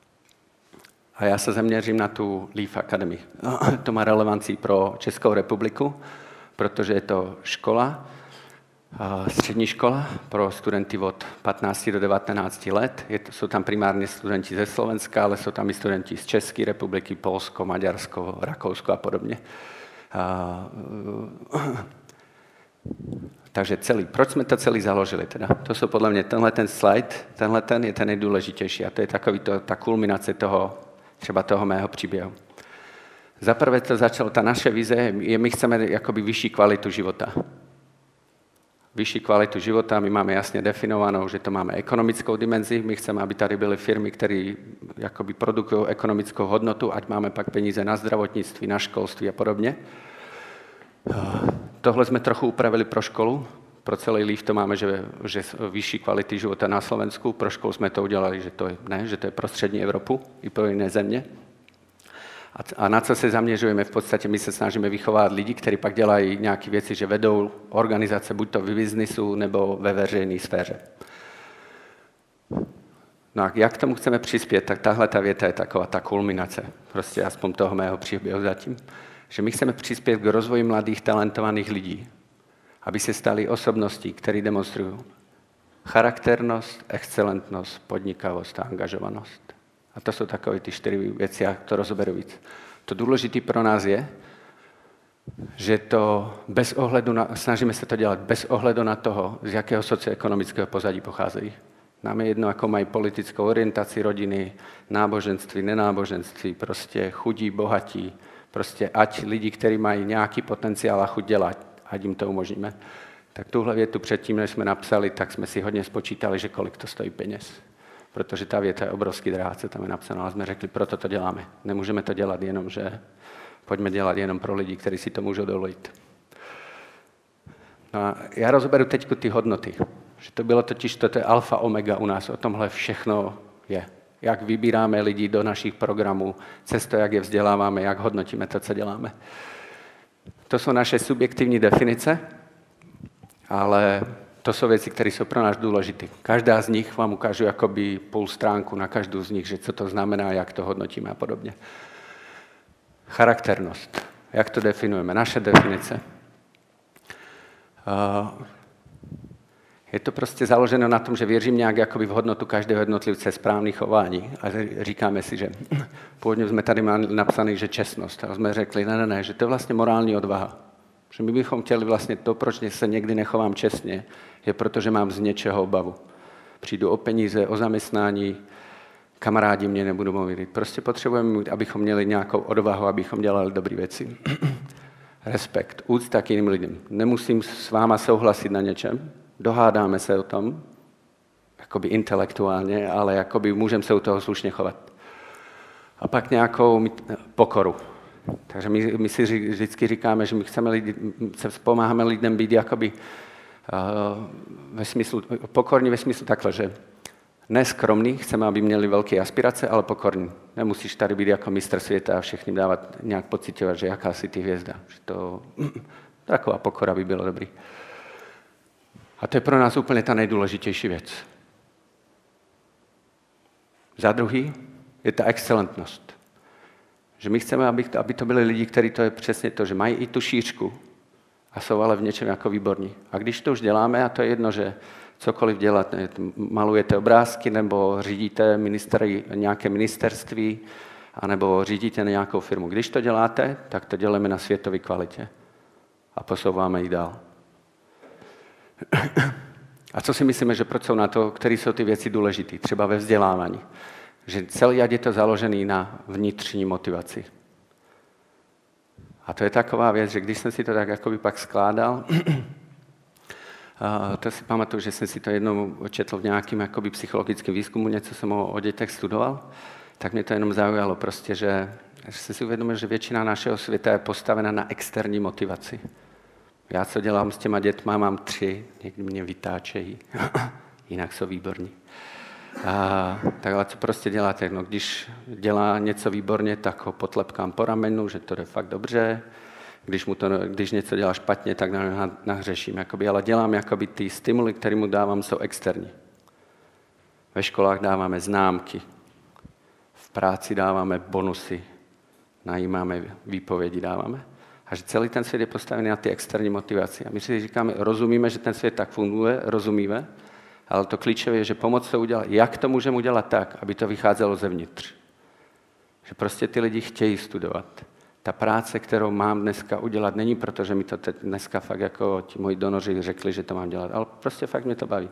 A já se zaměřím na tu Leaf Academy. To má relevanci pro Českou republiku, protože je to škola, střední škola pro studenty od patnácti do devatenácti let. Je to, jsou tam primárně studenti ze Slovenska, ale jsou tam i studenti z České republiky, Polsko, Maďarsko, Rakousko a podobně. A, takže celý. Proč jsme to celý založili? Teda? To jsou podle mě tenhle ten slide, tenhle ten je ten nejdůležitější a to je takový to, ta kulminace toho, třeba toho mého příběhu. Zaprvé to začalo, ta naše vize je, my chceme jakoby vyšší kvalitu života. Vyšší kvalitu života, my máme jasně definovanou, že to máme ekonomickou dimenzi, my chceme, aby tady byly firmy, které jakoby produkují ekonomickou hodnotu, ať máme pak peníze na zdravotnictví, na školství a podobně. Tohle jsme trochu upravili pro školu, pro celý Leaf to máme, že, že vyšší kvality života na Slovensku, pro školu jsme to udělali, že to je, ne, že to je pro střední Evropu i pro jiné země. A, a na co se zaměřujeme? V podstatě my se snažíme vychovávat lidi, kteří pak dělají nějaké věci, že vedou organizace, buď to v biznisu, nebo ve veřejné sféře. No a jak k tomu chceme přispět, tak tahle ta věta je taková ta kulminace, prostě aspoň toho mého příběhu zatím, že my chceme přispět k rozvoji mladých, talentovaných lidí, aby se stali osobností, které demonstrují charakternost, excelentnost, podnikavost a angažovanost. A to jsou takové ty čtyři věci, já to rozoberu víc. To důležité pro nás je, že to bez ohledu na, snažíme se to dělat bez ohledu na toho, z jakého socioekonomického pozadí pocházejí. Nám je jedno, jako mají politickou orientaci rodiny, náboženství, nenáboženství, prostě chudí, bohatí, prostě ať lidi, kteří mají nějaký potenciál a chuť dělat, ať jim to umožníme. Tak tuhle větu předtím, než jsme napsali, tak jsme si hodně spočítali, že kolik to stojí peněz. Protože ta věta je obrovský drahá, co tam je napsáno, a jsme řekli, proto to děláme. Nemůžeme to dělat jenom, že pojďme dělat jenom pro lidi, kteří si to můžou dovolit. No a já rozoberu teď ty hodnoty. Že to bylo totiž, to je alfa omega u nás, o tomhle všechno je. Jak vybíráme lidi do našich programů, cesto, jak je vzděláváme, jak hodnotíme to, co děláme. To jsou naše subjektivní definice, ale to jsou věci, které jsou pro nás důležité. Každá z nich vám ukážu jakoby půl stránku na každou z nich, že co to znamená, jak to hodnotíme a podobně. Charakternost. Jak to definujeme? Naše definice. Je to prostě založeno na tom, že věřím nějak jakoby v hodnotu každého jednotlivce správných chování. A říkáme si, že původně jsme tady napsaný, že čestnost. A jsme řekli, ne, ne, ne, že to je vlastně morální odvaha. Že my bychom chtěli vlastně to, proč se někdy nechovám čestně, je proto, že mám z něčeho obavu. Přijdu o peníze, o zaměstnání, kamarádi mě nebudou mluvit. Prostě potřebujeme, abychom měli nějakou odvahu, abychom dělali dobré věci. Respekt, úcta k jiným lidem. Nemusím s váma souhlasit na něčem, dohádáme se o tom, jakoby intelektuálně, ale jakoby můžeme se u toho slušně chovat. A pak nějakou pokoru. Takže my, my si vždycky říkáme, že my chceme lidi, se pomáháme lidem být jakoby uh, ve smyslu, pokorní ve smyslu takhle, že neskromný, chceme, aby měli velké aspirace, ale pokorní. Nemusíš tady být jako mistr světa a všechny dávat nějak pocitovat, že jaká si ty hvězda. Že to, taková pokora by bylo dobrý. A to je pro nás úplně ta nejdůležitější věc. Za druhý je ta excelentnost. Že my chceme, aby to, aby to byli lidi, kteří to je přesně to, že mají i tu šířku a jsou ale v něčem jako výborní. A když to už děláme, a to je jedno, že cokoliv dělat, malujete obrázky, nebo řídíte ministery, nějaké ministerství, anebo řídíte na nějakou firmu. Když to děláte, tak to děláme na světové kvalitě a posouváme ji dál. A co si myslíme, že proč jsou na to, které jsou ty věci důležité, třeba ve vzdělávání? Že celý je to založený na vnitřní motivaci. A to je taková věc, že když jsem si to tak jakoby pak skládal, a to si pamatuju, že jsem si to jednou četl v nějakém jakoby psychologickém výzkumu, něco jsem o dětech studoval, tak mě to jenom zaujalo prostě, že, že jsem si uvědomil, že většina našeho světa je postavena na externí motivaci. Já co dělám s těma dětma, mám tři, někdy mě vytáčejí, jinak jsou výborní. A, takhle co prostě děláte? No, když dělá něco výborně, tak ho potlepkám po ramenu, že to jde fakt dobře. Když, mu to, když něco dělá špatně, tak nahřeším. Jakoby, ale dělám jakoby ty stimuly, které mu dávám, jsou externí. Ve školách dáváme známky, v práci dáváme bonusy, najímáme výpovědi, dáváme. A že celý ten svět je postavený na ty externí motivaci. A my si říkáme, rozumíme, že ten svět tak funguje, rozumíme, ale to klíčové je, že pomoc to udělat. Jak to můžeme udělat tak, aby to vycházelo zevnitř? Že prostě ty lidi chtějí studovat. Ta práce, kterou mám dneska udělat, není proto, že mi to teď dneska fakt jako ti moji donoři řekli, že to mám dělat, ale prostě fakt mě to baví.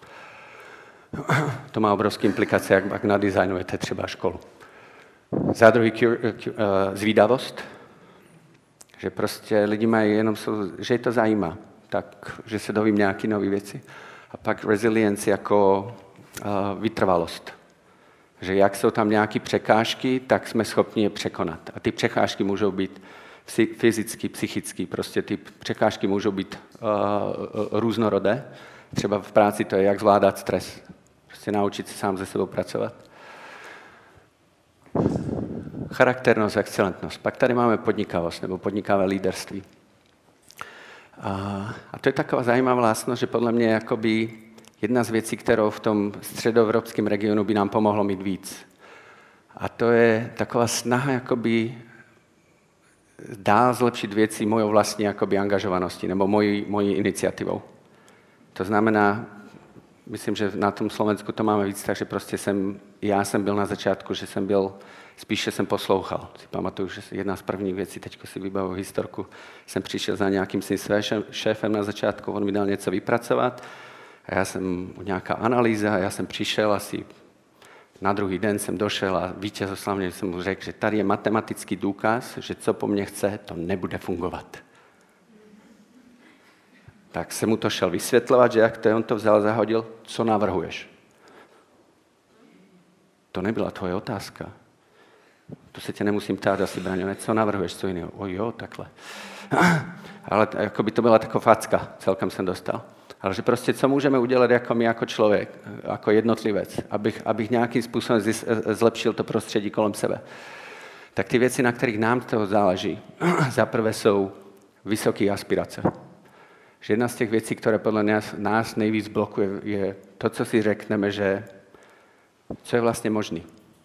To má obrovské implikace, jak pak nadizajnujete třeba školu. Za druhý zvídavost, že prostě lidi mají jenom, že je to zajímá, tak, že se dovím nějaké nové věci. A pak resilience jako uh, vytrvalost. Že jak jsou tam nějaké překážky, tak jsme schopni je překonat. A ty překážky můžou být fyzicky, psychicky, prostě ty překážky můžou být uh, různorodé. Třeba v práci to je, jak zvládat stres. Prostě naučit se sám se sebou pracovat. Charakternost, excelentnost. Pak tady máme podnikavost nebo podnikavé líderství. A, a to je taková zajímavá vlastnost, že podle mě jakoby jedna z věcí, kterou v tom středoevropském regionu by nám pomohlo mít víc. A to je taková snaha jakoby dál zlepšit věci mojou vlastní jakoby angažovaností nebo mojí, mojí iniciativou. To znamená, myslím, že na tom Slovensku to máme víc, takže prostě jsem, já jsem byl na začátku, že jsem byl, spíše jsem poslouchal. Si pamatuju, že jedna z prvních věcí, teďko si vybavuji historku, jsem přišel za nějakým svým šéfem na začátku, on mi dal něco vypracovat a já jsem, nějaká analýza, já jsem přišel asi na druhý den jsem došel a vítězoslavně jsem mu řekl, že tady je matematický důkaz, že co po mně chce, to nebude fungovat. Tak jsem mu to šel vysvětlovat, že jak to je, on to vzal, zahodil, co navrhuješ. To nebyla tvoje otázka. To se tě nemusím ptát asi, Braňo, co navrhuješ, co jiného? O jo, takhle. Ale jako by to byla taková facka, celkem jsem dostal. Ale že prostě co můžeme udělat jako my, jako člověk, jako jednotlivec, abych, abych nějakým způsobem zlepšil to prostředí kolem sebe. Tak ty věci, na kterých nám toho záleží, zaprvé jsou vysoké aspirace. Že jedna z těch věcí, které podle nás, nás nejvíc blokuje, je to, co si řekneme, že co je vlastně možný.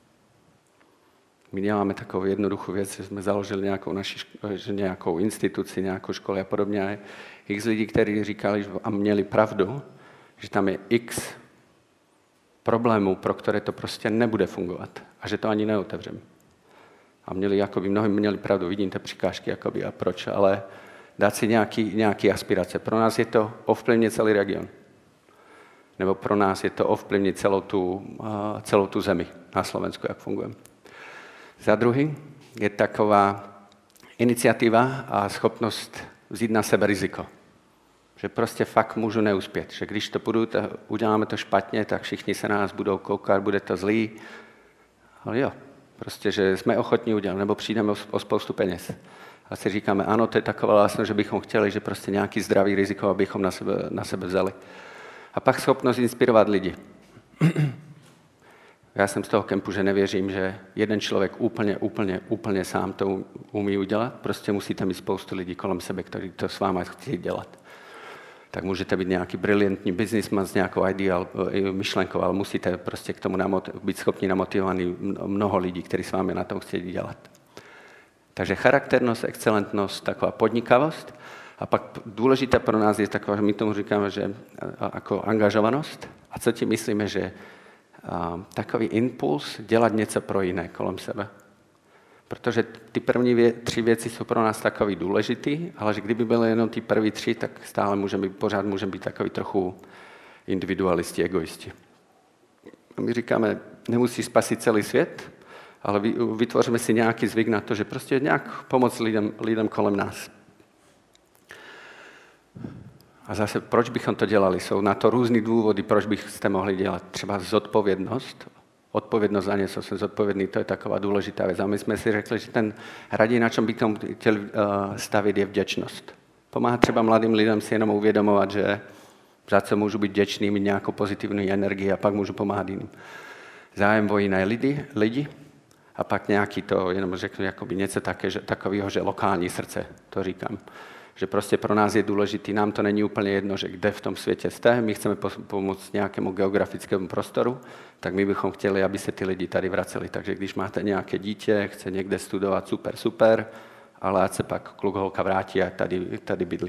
My děláme takovou jednoduchou věc, že jsme založili nějakou, naši, nějakou instituci, nějakou školu a podobně. A x lidí, kteří říkali a měli pravdu, že tam je x problémů, pro které to prostě nebude fungovat a že to ani neotevřeme. A měli, jakoby, mnohí měli pravdu, vidím ty překážky jakoby, a proč, ale dát si nějaký, nějaký aspirace. Pro nás je to ovplyvně celý region. nebo pro nás je to ovplyvnit celou tu, celou tu zemi na Slovensku, jak fungujeme. Za druhý je taková iniciativa a schopnost vzít na sebe riziko. Že prostě fakt můžu neuspět. Že když to budu, to, uděláme to špatně, tak všichni se na nás budou koukat, bude to zlý. Ale jo, prostě, že jsme ochotní udělat, nebo přijdeme o, o spoustu peněz. A si říkáme, ano, to je taková vlastnost, že bychom chtěli, že prostě nějaký zdravý riziko, abychom na sebe, na sebe vzali. A pak schopnost inspirovat lidi. Já jsem z toho kempu, že nevěřím, že jeden člověk úplně, úplně, úplně sám to umí udělat. Prostě musíte mít spoustu lidí kolem sebe, kteří to s váma chtějí dělat. Tak můžete být nějaký brilliantní businessman s nějakou ideál, myšlenkou, ale musíte prostě k tomu namot- být schopni namotivovaný mnoho lidí, kteří s vámi na tom chtějí dělat. Takže charakternost, excelentnost, taková podnikavost. A pak důležité pro nás je taková, že my tomu říkáme, že jako angažovanost. A co ti myslíme, že a, takový impuls dělat něco pro jiné kolem sebe. Protože ty první vě, tři věci jsou pro nás takový důležitý, ale že kdyby byly jenom ty první tři, tak stále můžeme být, pořád můžeme být takový trochu individualisti, egoisti. A my říkáme, nemusíš spasit celý svět, ale vytvoříme si nějaký zvyk na to, že prostě nějak pomoct lidem, lidem kolem nás. A zase, proč bychom to dělali? Jsou na to různý důvody, proč byste mohli dělat. Třeba zodpovědnost. Odpovědnost za něco, jsem zodpovědný, to je taková důležitá věc. A my jsme si řekli, že ten raději, na čem bychom chtěli stavit, je vděčnost. Pomáhat třeba mladým lidem si jenom uvědomovat, že za co můžu být vděčný, mít nějakou pozitivní energii a pak můžu pomáhat jiným. Zájem o jiné lidi, lidi a pak nějaký to, jenom řeknu, jakoby něco také, že, takového, že lokální srdce, to říkám. Že prostě pro nás je důležitý, nám to není úplně jedno, že kde v tom světě jste, my chceme pomoct nějakému geografickému prostoru, tak my bychom chtěli, aby se ty lidi tady vraceli. Takže když máte nějaké dítě, chce někde studovat, super, super, ale ať se pak kluk holka vrátí a tady, tady bydlí.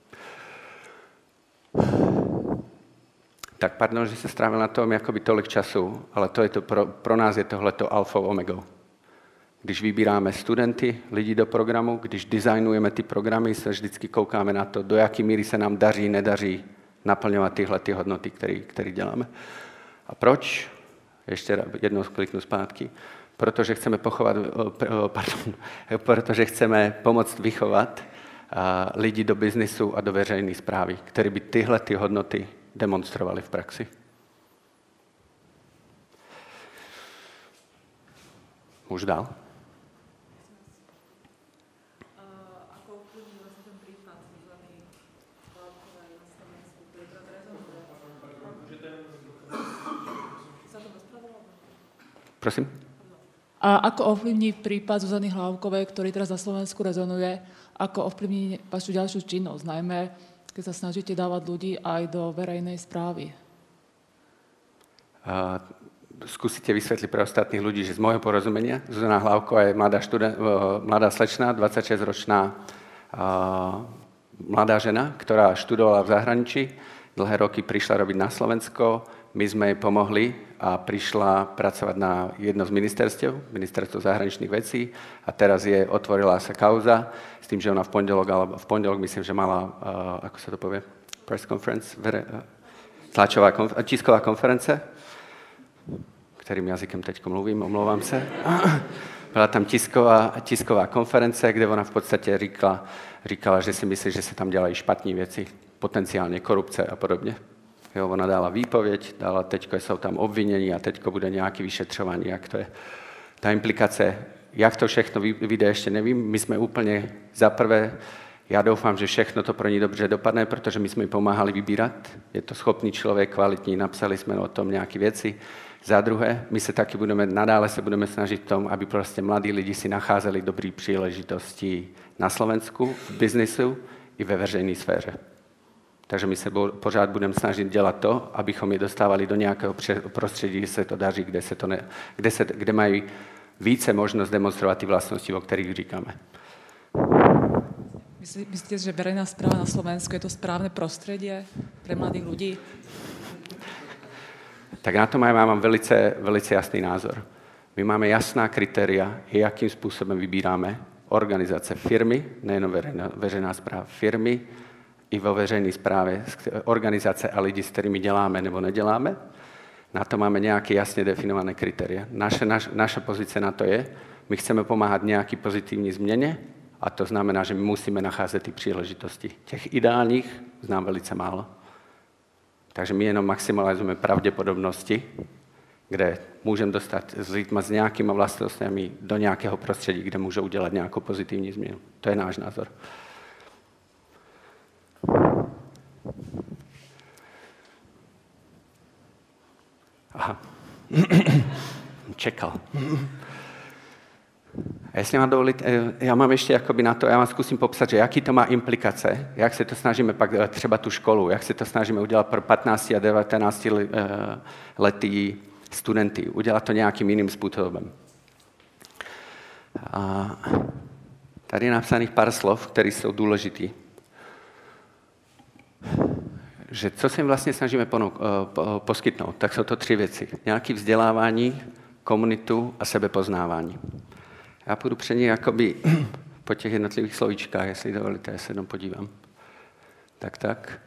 Tak pardon, že se strávil na tom jakoby tolik času, ale to je to pro, pro nás je tohleto alfou omegou. Když vybíráme studenty, lidi do programu, když designujeme ty programy, se vždycky koukáme na to, do jaké míry se nám daří, nedaří naplňovat tyhle ty hodnoty, které děláme. A proč? Ještě jednou kliknu zpátky. Protože chceme pochovat, pardon, protože chceme pomoct vychovat lidi do biznisu a do veřejné správy, které by tyhle ty hodnoty demonstrovali v praxi. Můžu dál? Prosím? A ako ovplyvní prípad Zuzany Hlávkovej, ktorý teraz na Slovensku rezonuje, ako ovplyvní vašu ďalšiu činnosť, najmä keď sa snažíte dávať ľudí aj do verejnej správy? Uh, skúsite vysvetliť pre ostatných ľudí, že z môjho porozumenia Zuzana Hlávková je mladá, študen- uh, mladá slečna, dvadsaťšesťročná uh, mladá žena, ktorá študovala v zahraničí, dlhé roky prišla robiť na Slovensko, my sme jej pomohli a prišla pracovať na jedno z ministerstiev, ministerstvo zahraničných vecí a teraz je otvorila sa kauza s tým, že ona v pondelok, alebo v pondelok myslím, že mala, uh, ako sa to povie, press conference, vere, uh, tlačová konf- tisková konference, ktorým jazykem teďko mluvím, omlouvám se. Byla tam tisková, tisková konference, kde ona v podstatě říkala, říkala, že si myslí, že se tam dělají špatné věci, potenciálně korupce a podobně. Jo, ona dala výpověď, dala, teďko jsou tam obvinění a teďko bude nějaké vyšetřování, jak to je. Ta implikace, jak to všechno vyjde, ještě nevím. My jsme úplně zaprvé, já doufám, že všechno to pro ní dobře dopadne, protože my jsme jí pomáhali vybírat. Je to schopný člověk, kvalitní, napsali jsme o tom nějaké věci. Za druhé, my se taky budeme, nadále se budeme snažit v tom, aby prostě mladí lidi si nacházeli dobré příležitosti na Slovensku, v biznisu i ve veřejné sféře. Takže my se pořád budeme snažit dělat to, abychom je dostávali do nějakého prostředí, kde se to daří, kde, se to ne, kde, se, kde mají více možnost demonstrovat ty vlastnosti, o kterých říkáme. Myslíte, že verejná správa na Slovensku je to správné prostředí pre mladých lidí? Tak na to mám velice, velice jasný názor. My máme jasná kritéria, jakým způsobem vybíráme organizace firmy, nejen veřejná, veřejná správa, firmy, i vo veřejné správě, organizace a lidi, s kterými děláme nebo neděláme. Na to máme nějaké jasně definované kritéria. Naše, naš, naše pozice na to je, my chceme pomáhat nějaký pozitivní změně a to znamená, že my musíme nacházet ty příležitosti. Těch ideálních znám velice málo. Takže my jenom maximalizujeme pravděpodobnosti, kde můžeme dostat s lidmi s nějakýma vlastnostmi do nějakého prostředí, kde můžou udělat nějakou pozitivní změnu. To je náš názor. Aha. Čekal. A jestli mám dovolit, já mám ještě jakoby na to, já vám zkusím popsat, že jaký to má implikace, jak se to snažíme pak třeba tu školu, jak se to snažíme udělat pro patnáct a devatenáct letý studenty, udělat to nějakým jiným způsobem. A tady je napsaných pár slov, které jsou důležitý. Že co se jim vlastně snažíme ponouk, po, poskytnout, tak jsou to tři věci. Nějaké vzdělávání, komunitu a sebepoznávání. Já půjdu před ní jakoby po těch jednotlivých slovíčkách, jestli dovolíte, já se jenom podívám. Tak, tak.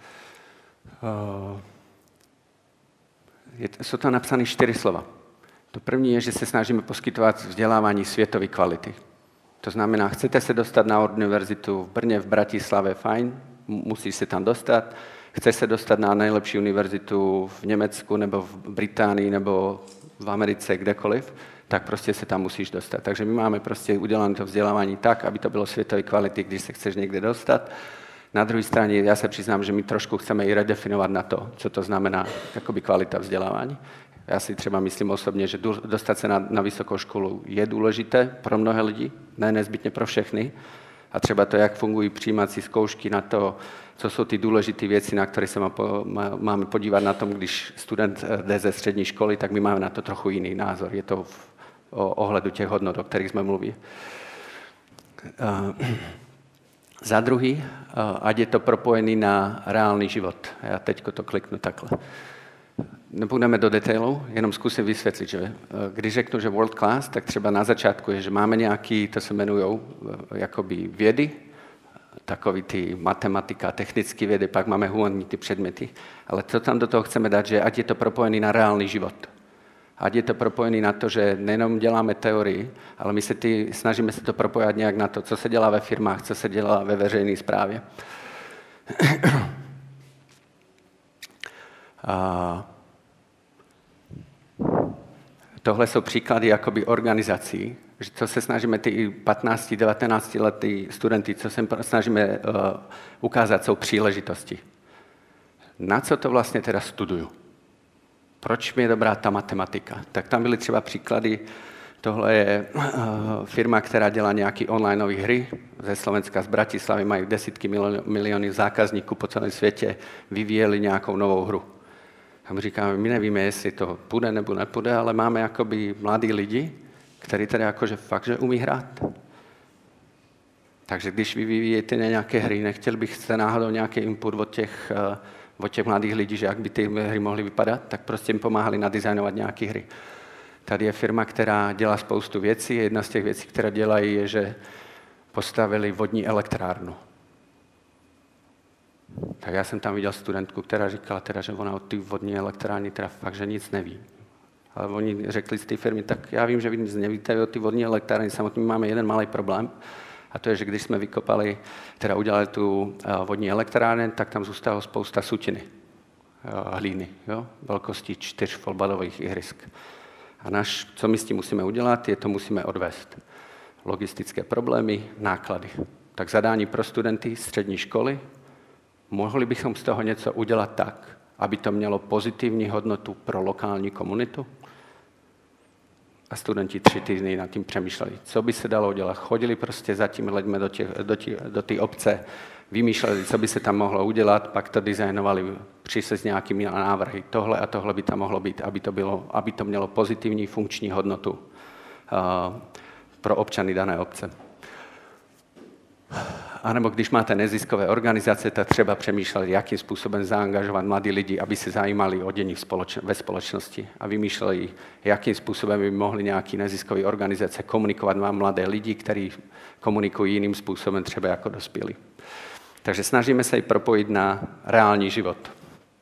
Je, jsou tam napsány čtyři slova. To první je, že se snažíme poskytovat vzdělávání světové kvality. To znamená, chcete se dostat na univerzitu v Brně, v Bratislavě, fajn, musíš se tam dostat. Chceš se dostat na nejlepší univerzitu v Německu nebo v Británii nebo v Americe, kdekoliv, tak prostě se tam musíš dostat. Takže my máme prostě udělané to vzdělávání tak, aby to bylo světové kvality, když se chceš někde dostat. Na druhé straně já se přiznám, že my trošku chceme i redefinovat na to, co to znamená jakoby kvalita vzdělávání. Já si třeba myslím osobně, že dostat se na, na vysokou školu je důležité pro mnohé lidi, ne nezbytně pro všechny. A třeba to, jak fungují přijímací zkoušky na to, co jsou ty důležité věci, na které se má po, má, máme podívat na tom, když student jde ze střední školy, tak my máme na to trochu jiný názor. Je to v o ohledu těch hodnot, o kterých jsme mluvili. Uh, za druhý, uh, ať je to propojený na reálný život. Já teď to kliknu takhle. Nepůjdeme do detailu, jenom zkusím vysvětlit, že uh, když řeknu, že world class, tak třeba na začátku je, že máme nějaký, to se jmenujou uh, jakoby vědy, takový ty matematika, technické vědy, pak máme humanitní ty předměty, ale co tam do toho chceme dát, že ať je to propojený na reálný život. Ať je to propojený na to, že nejenom děláme teorii, ale my se ty, snažíme se to propojat nějak na to, co se dělá ve firmách, co se dělá ve veřejné správě. A tohle jsou příklady jakoby organizací, že co se snažíme ty patnáct devatenáct letý studenty, co se snažíme uh, ukázat, jsou příležitosti. Na co to vlastně teda studuju? Proč mi je dobrá ta matematika? Tak tam byly třeba příklady, tohle je uh, firma, která dělá nějaké onlineové hry, ze Slovenska, z Bratislavy, mají desítky milionů zákazníků po celém světě, vyvíjeli nějakou novou hru. A my říkáme, my nevíme, jestli to půjde nebo nepůjde, ale máme jakoby mladí lidi, kteří tady jakože fakt, že umí hrát. Takže když vy vyvíjete nějaké hry, nechtěl bych se náhodou nějaký input od těch uh, od těch mladých lidí, že jak by ty hry mohly vypadat, tak prostě jim pomáhali nadizajnovat nějaké hry. Tady je firma, která dělá spoustu věcí. Jedna z těch věcí, které dělají, je, že postavili vodní elektrárnu. Tak já jsem tam viděl studentku, která říkala, teda, že ona o ty vodní elektrárny teda fakt, že nic neví. Ale oni řekli z té firmy, tak já vím, že vy nic nevíte, vy o ty vodní elektrárny samotný máme jeden malý problém. A to je, že když jsme vykopali, teda udělali tu vodní elektrárnu, tak tam zůstalo spousta sutiny, hlíny, jo? Velkosti čtyř fotbalových ihrisk. A naš, co my s tím musíme udělat, je to musíme odvést. Logistické problémy, náklady. Tak zadání pro studenty střední školy, mohli bychom z toho něco udělat tak, aby to mělo pozitivní hodnotu pro lokální komunitu? A studenti tři týdny nad tím přemýšleli, co by se dalo udělat. Chodili prostě za tím lidmi do, těch, do, těch, do té obce, vymýšleli, co by se tam mohlo udělat, pak to designovali, přišli s nějakými návrhy. Tohle a tohle by tam mohlo být, aby to, bylo, aby to mělo pozitivní funkční hodnotu uh, pro občany dané obce. A nebo když máte neziskové organizace, tak třeba přemýšlet, jakým způsobem zaangažovat mladí lidi, aby se zajímali o dění ve společnosti a vymýšleli, jakým způsobem by mohly nějaké neziskové organizace komunikovat na mladé lidi, kteří komunikují jiným způsobem, třeba jako dospělí. Takže snažíme se ji propojit na reálný život.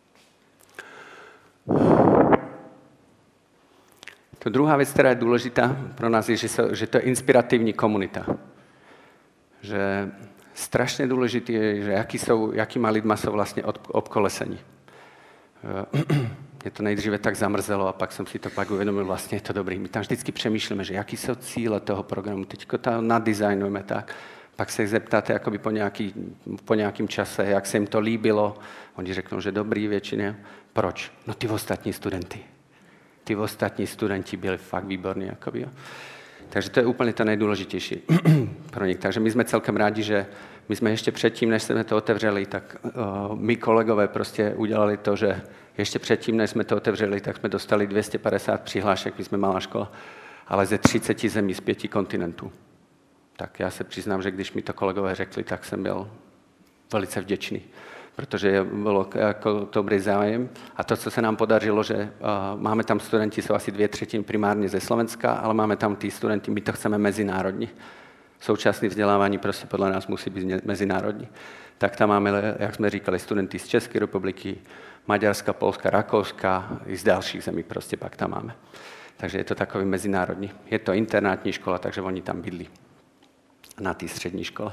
To druhá věc, která je důležitá pro nás, je, že, se, že to je inspirativní komunita. Že strašně důležité je, že jaký jsou, jakýma lidma jsou vlastně obkolesení. Mě to nejdříve tak zamrzelo a pak jsem si to pak uvědomil, vlastně je to dobrý. My tam vždycky přemýšlíme, že jaký jsou cíle toho programu. Teďko to nadizajnujeme tak. Pak se jich zeptáte jakoby po, nějaký, po nějakým čase, jak se jim to líbilo. Oni řeknou, že dobrý většině. Proč? No ty ostatní studenty. Ty ostatní studenti byli fakt výborní. Jakoby, jo. Takže to je úplně to nejdůležitější pro nich. Takže my jsme celkem rádi, že my jsme ještě předtím, než jsme to otevřeli, tak uh, my kolegové prostě udělali to, že ještě předtím, než jsme to otevřeli, tak jsme dostali dvě stě padesát přihlášek, my jsme malá škola, ale ze třiceti zemí z pěti kontinentů. Tak já se přiznám, že když mi to kolegové řekli, tak jsem byl velice vděčný, protože bylo jako dobrý zájem. A to, co se nám podařilo, že uh, máme tam studenti, jsou asi dvě třetiny primárně ze Slovenska, ale máme tam ty studenty, my to chceme mezinárodní. Současné vzdělávání prostě podle nás musí být mezinárodní. Tak tam máme, jak jsme říkali, studenty z České republiky, Maďarska, Polska, Rakouska, i z dalších zemí prostě pak tam máme. Takže je to takový mezinárodní. Je to internátní škola, takže oni tam bydlí na té střední škole.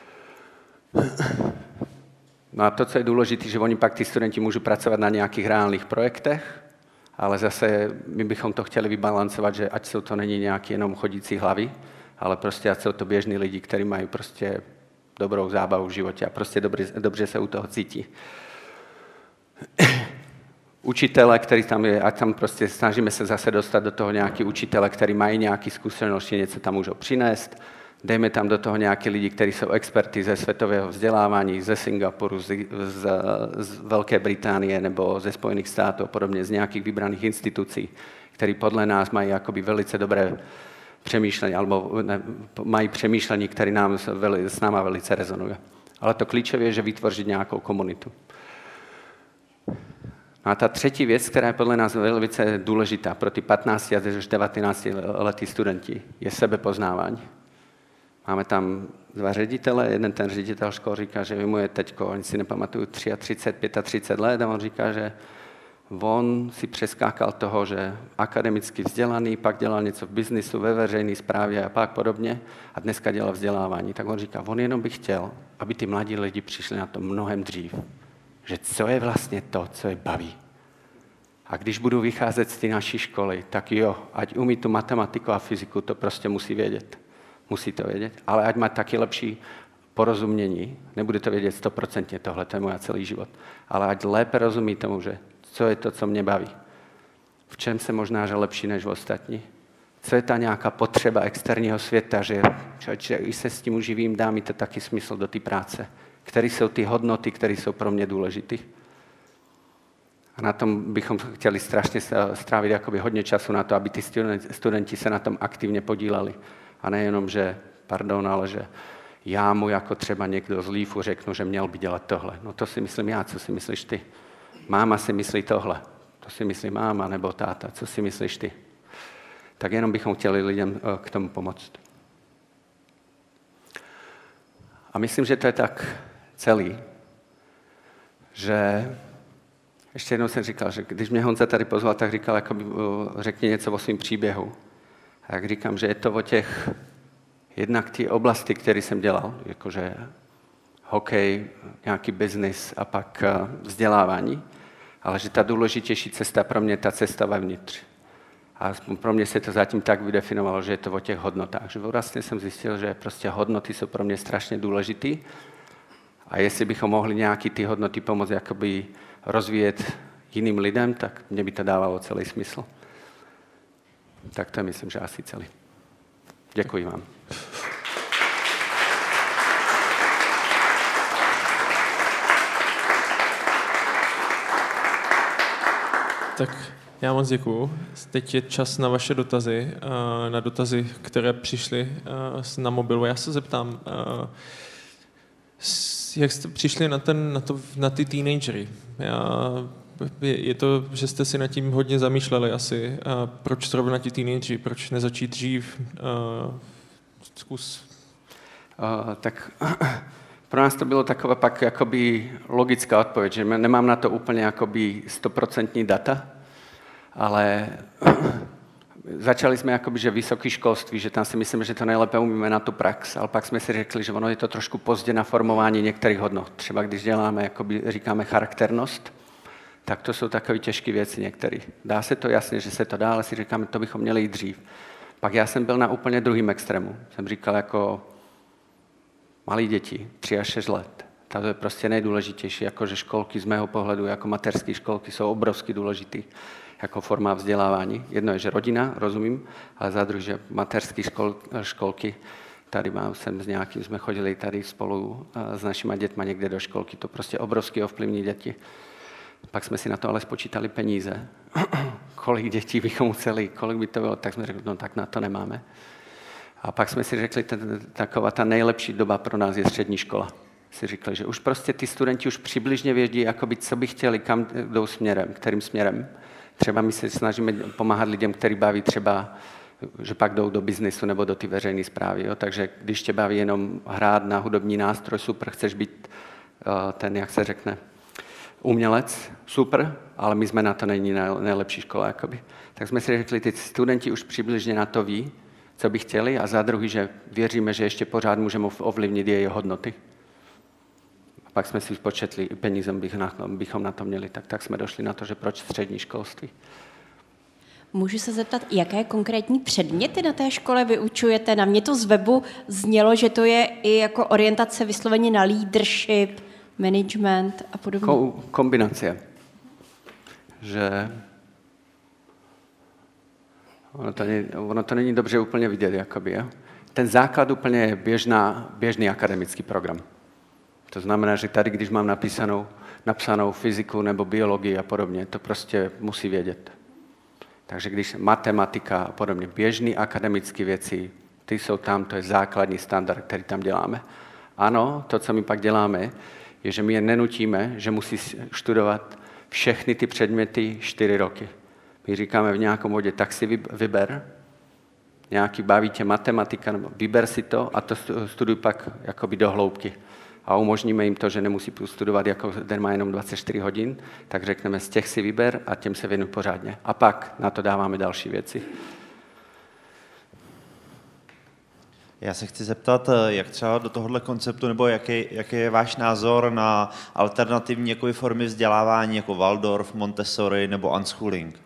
No a to, co je důležité, že oni pak ty studenti můžou pracovat na nějakých reálných projektech, ale zase my bychom to chtěli vybalancovat, že ať jsou to není nějaký jenom chodící hlavy, ale prostě ať jsou to běžní lidi, kteří mají prostě dobrou zábavu v životě a prostě dobře, dobře se u toho cítí. Učitele, který tam je, ať tam prostě snažíme se zase dostat do toho nějaký učitele, který mají nějaké zkušenosti, něco tam můžou přinést. Dejme tam do toho nějaké lidi, kteří jsou experty ze světového vzdělávání, ze Singapuru, z, z, z Velké Británie nebo ze Spojených států a podobně, z nějakých vybraných institucí, který podle nás mají jakoby velice dobré přemýšlení, alebo ne, mají přemýšlení, které nám veli, s náma velice rezonuje. Ale to klíčové je, že vytvořit nějakou komunitu. No a ta třetí věc, která je podle nás velice důležitá pro ty patnácti až devatenácti letý studenti, je sebepoznávání. Máme tam dva ředitele, jeden ten ředitel škol říká, že mu je teďko, oni si nepamatují třicet tři, třicet pět let a on říká, že on si přeskákal toho, že akademicky vzdělaný, pak dělal něco v biznisu, ve veřejné správě a pak podobně a dneska dělá vzdělávání. Tak on říká, on jenom by chtěl, aby ty mladí lidi přišli na to mnohem dřív. Že co je vlastně to, co je baví. A když budu vycházet z té naší školy, tak jo, ať umí tu matematiku a fyziku, to prostě musí vědět. Musí to vědět, ale ať má taky lepší porozumění, nebude to vědět stoprocentně, tohle to je můj celý život, ale ať lépe rozumí tomu, že co je to, co mě baví. V čem se možná, že lepší než ostatní. Co je ta nějaká potřeba externího světa, že, že i se s tím uživím, dá mi to taky smysl do té práce. Které jsou ty hodnoty, které jsou pro mě důležité. A na tom bychom chtěli strašně strávit jakoby hodně času na to, aby ty studenti se na tom aktivně podíleli. A nejenom, že, pardon, ale že já mu jako třeba někdo z Lífu řeknu, že měl by dělat tohle. No to si myslím já, co si myslíš ty? Máma si myslí tohle. To si myslí máma nebo táta. Co si myslíš ty? Tak jenom bychom chtěli lidem k tomu pomoct. A myslím, že to je tak celý, že ještě jednou jsem říkal, že když mě Honza tady pozval, tak říkal, jako by, řekni něco o svém příběhu. A jak říkám, že je to o těch, jednak ty oblasti, které jsem dělal, jakože hokej, nějaký biznis a pak vzdělávání, ale že ta důležitější cesta pro mě je ta cesta vevnitř. A pro mě se to zatím tak vydefinovalo, že je to o těch hodnotách. Že vlastně jsem zjistil, že prostě hodnoty jsou pro mě strašně důležitý. A jestli bychom mohli nějaký ty hodnoty pomoct jakoby rozvíjet jiným lidem, tak mě by to dávalo celý smysl. Tak to je, myslím, že asi celý. Děkuji vám. Tak já moc děkuju. Teď je čas na vaše dotazy, na dotazy, které přišly na mobilu. Já se zeptám, jak jste přišli na, ten, na, to, na ty teenagery? Já, je, je to, že jste si nad tím hodně zamýšleli asi. A proč zrovna ti teenagery? Proč nezačít dřív? Uh, zkus. Uh, tak Pro nás to bylo taková pak jakoby logická odpověď, že nemám na to úplně jakoby stoprocentní data, ale začali jsme jakoby, že vysoké školství, že tam si myslíme, že to nejlépe umíme na tu prax, ale pak jsme si řekli, že ono je to trošku pozdě na formování některých hodnot. Třeba když děláme, jakoby říkáme charakternost, tak to jsou takové těžké věci některé. Dá se to jasně, že se to dá, ale si říkáme, to bychom měli jít dřív. Pak já jsem byl na úplně druhém extrému. Jsem říkal jako malí děti, tři až šest let. To je prostě nejdůležitější, jakože školky z mého pohledu, jako mateřské školky jsou obrovsky důležitý jako forma vzdělávání. Jedno je, že rodina, rozumím, ale za druhé, že mateřské škol, školky, tady mám, jsem s nějakým, jsme chodili tady spolu s našimi dětma někde do školky, to prostě obrovsky ovlivní děti. Pak jsme si na to ale spočítali peníze. Kolik dětí bychom museli, kolik by to bylo, tak jsme řekli, no tak na to nemáme. A pak jsme si řekli, ten, taková ta nejlepší doba pro nás je střední škola. Si řekli, že už prostě ty studenti už přibližně vědí, jakoby, co by chtěli, kam jdou směrem, kterým směrem. Třeba my se snažíme pomáhat lidem, který baví třeba, že pak jdou do biznesu nebo do ty veřejné správy. Jo? Takže když tě baví jenom hrát na hudobní nástroj, super, chceš být uh, ten, jak se řekne, umělec, super, ale my jsme na to není nejlepší škola. Jakoby. Tak jsme si řekli, ty studenti už přibližně na to ví, co by chtěli, a za druhý, že věříme, že ještě pořád můžeme ovlivnit její hodnoty. A pak jsme si početli, peníze bychom na to měli, tak, tak jsme došli na to, že proč střední školství. Můžu se zeptat, jaké konkrétní předměty na té škole vyučujete? Na mě to z webu znělo, že to je i jako orientace vysloveně na leadership, management a podobně. Ko- kombinace. Že ono to, není, ono to není dobře úplně vidět, jakoby, jo? Ten základ úplně je běžná, běžný akademický program. To znamená, že tady, když mám napísanou, napsanou fyziku nebo biologii a podobně, to prostě musí vědět. Takže když matematika a podobně, běžný akademické věci, ty jsou tam, to je základní standard, který tam děláme. Ano, to, co my pak děláme, je, že my je nenutíme, že musí studovat všechny ty předměty čtyři roky. My říkáme v nějakém bodě, tak si vyber, nějaký baví tě matematika, nebo vyber si to a to studuj pak jakoby do hloubky. A umožníme jim to, že nemusí studovat, jako den má jenom dvacet čtyři hodin, tak řekneme, z těch si vyber a těm se věnuj pořádně. A pak na to dáváme další věci. Já se chci zeptat, jak třeba do tohohle konceptu, nebo jaký, jaký je váš názor na alternativní jakoby formy vzdělávání, jako Waldorf, Montessori nebo unschooling?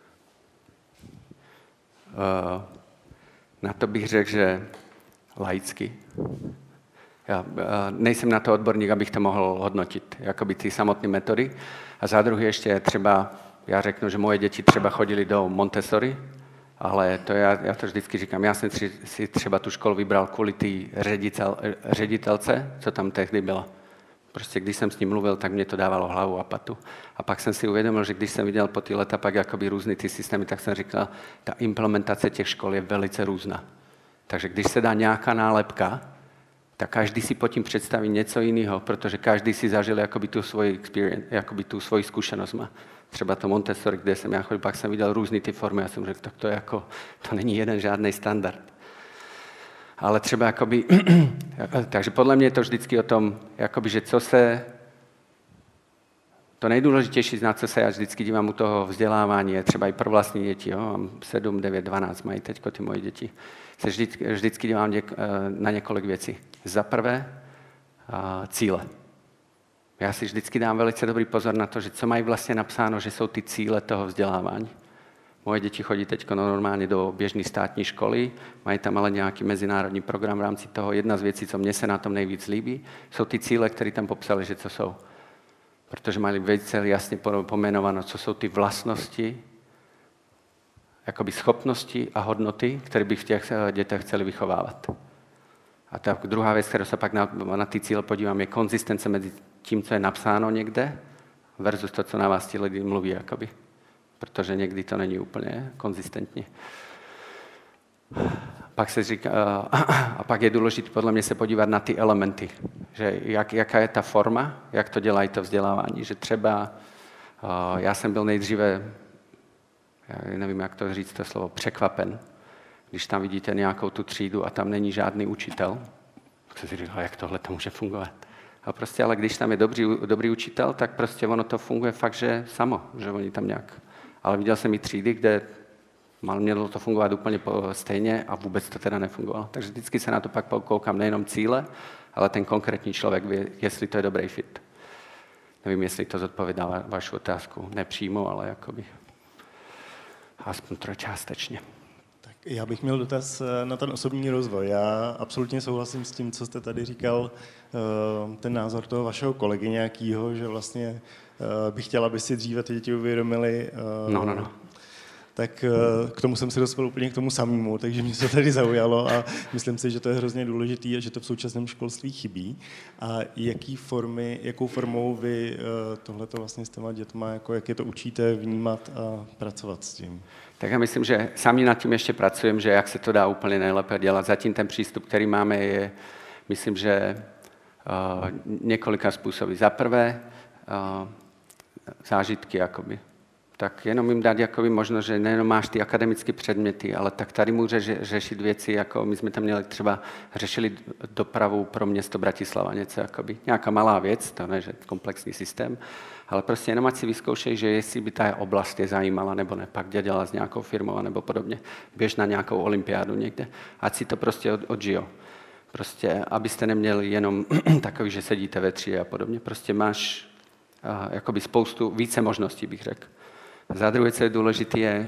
Uh, na to bych řekl, že laicky. Já uh, nejsem na to odborník, abych to mohl hodnotit, jakoby ty samotné metody. A za druhé ještě třeba, já řeknu, že moje děti třeba chodili do Montessori, ale to já, já to vždycky říkám, já jsem si třeba tu školu vybral kvůli té ředitel, ředitelce, co tam tehdy byla. Prostě když jsem s ním mluvil, tak mě to dávalo hlavu a patu. A pak jsem si uvědomil, že když jsem viděl po ty leta pak jakoby různý ty systémy, tak jsem říkal, ta implementace těch škol je velice různá. Takže když se dá nějaká nálepka, tak každý si pod tím představí něco jiného, protože každý si zažil jakoby tu svoji experience, jakoby tu svoji zkušenost má. Třeba to Montessori, kde jsem já chodil, pak jsem viděl různý ty formy a jsem řekl, tak to, jako, to není jeden žádný standard. Ale třeba jakoby, takže podle mě je to vždycky o tom, jakoby, že co se, to nejdůležitější, na co se já vždycky dívám u toho vzdělávání, je třeba i pro vlastní děti, jo? Mám sedm, devět, dvanáct, mají teďko ty moje děti. Se vždycky, vždycky dívám děk, na několik věcí. Za prvé, cíle. Já si vždycky dám velice dobrý pozor na to, že co mají vlastně napsáno, že jsou ty cíle toho vzdělávání. Moje děti chodí teď normálně do běžné státní školy, mají tam ale nějaký mezinárodní program v rámci toho. Jedna z věcí, co mně se na tom nejvíc líbí, jsou ty cíle, které tam popsali, že co jsou. Protože mají velice jasně pomenováno, co jsou ty vlastnosti, jakoby schopnosti a hodnoty, které by v těch dětech chceli vychovávat. A ta druhá věc, kterou se pak na, na ty cíle podívám, je konzistence mezi tím, co je napsáno někde, versus to, co na vás ti lidi mluví, jakoby. Protože někdy to není úplně konzistentní. Pak se říká, a pak je důležité podle mě se podívat na ty elementy, že jak, jaká je ta forma, jak to dělají to vzdělávání, že třeba já jsem byl nejdříve, já nevím, jak to říct, to slovo, překvapen, když tam vidíte nějakou tu třídu a tam není žádný učitel, tak se si říká, jak tohle to může fungovat. A prostě, ale když tam je dobrý, dobrý učitel, tak prostě ono to funguje fakt, že samo, že oni tam nějak. Ale viděl jsem i třídy, kde mal mělo to fungovat úplně stejně a vůbec to teda nefungovalo. Takže vždycky se na to pak koukám nejenom cíle, ale ten konkrétní člověk ví, jestli to je dobrý fit. Nevím, jestli to zodpovídá va- vašu otázku. Nepřímo, ale jakoby aspoň trojčástečně. Tak já bych měl dotaz na ten osobní rozvoj. Já absolutně souhlasím s tím, co jste tady říkal, ten názor toho vašeho kolegy nějakýho, že vlastně bych chtěla, aby si dříve ty děti uvědomili. No, no, no. Tak k tomu jsem se dostal úplně k tomu samému, takže mě to tady zaujalo a myslím si, že to je hrozně důležitý a že to v současném školství chybí. A jaký formy, jakou formou vy tohleto vlastně s těma dětma, jako jak je to učíte vnímat a pracovat s tím? Tak já myslím, že sami nad tím ještě pracujeme, že jak se to dá úplně nejlépe dělat. Zatím ten přístup, který máme, je, myslím, že uh, několika způsoby. Za prvé, uh, zážitky, jakoby. Tak jenom jim dát jakoby možnost, že nejenom máš ty akademické předměty, ale tak tady můžeš řešit věci, jako my jsme tam měli třeba, řešili dopravu pro město Bratislava, něco jakoby, nějaká malá věc, to ne, že komplexní systém, ale prostě jenom ať si vyzkoušej, že jestli by ta oblast je zajímala, nebo ne, pak dělala s nějakou firmou, nebo podobně, běž na nějakou olympiádu někde, ať si to prostě od, odžijou. Prostě, abyste neměli jenom takový, že sedíte ve třídě a podobně, prostě máš uh, jakoby spoustu, více možností, bych řekl. Za druhé, co je důležité, je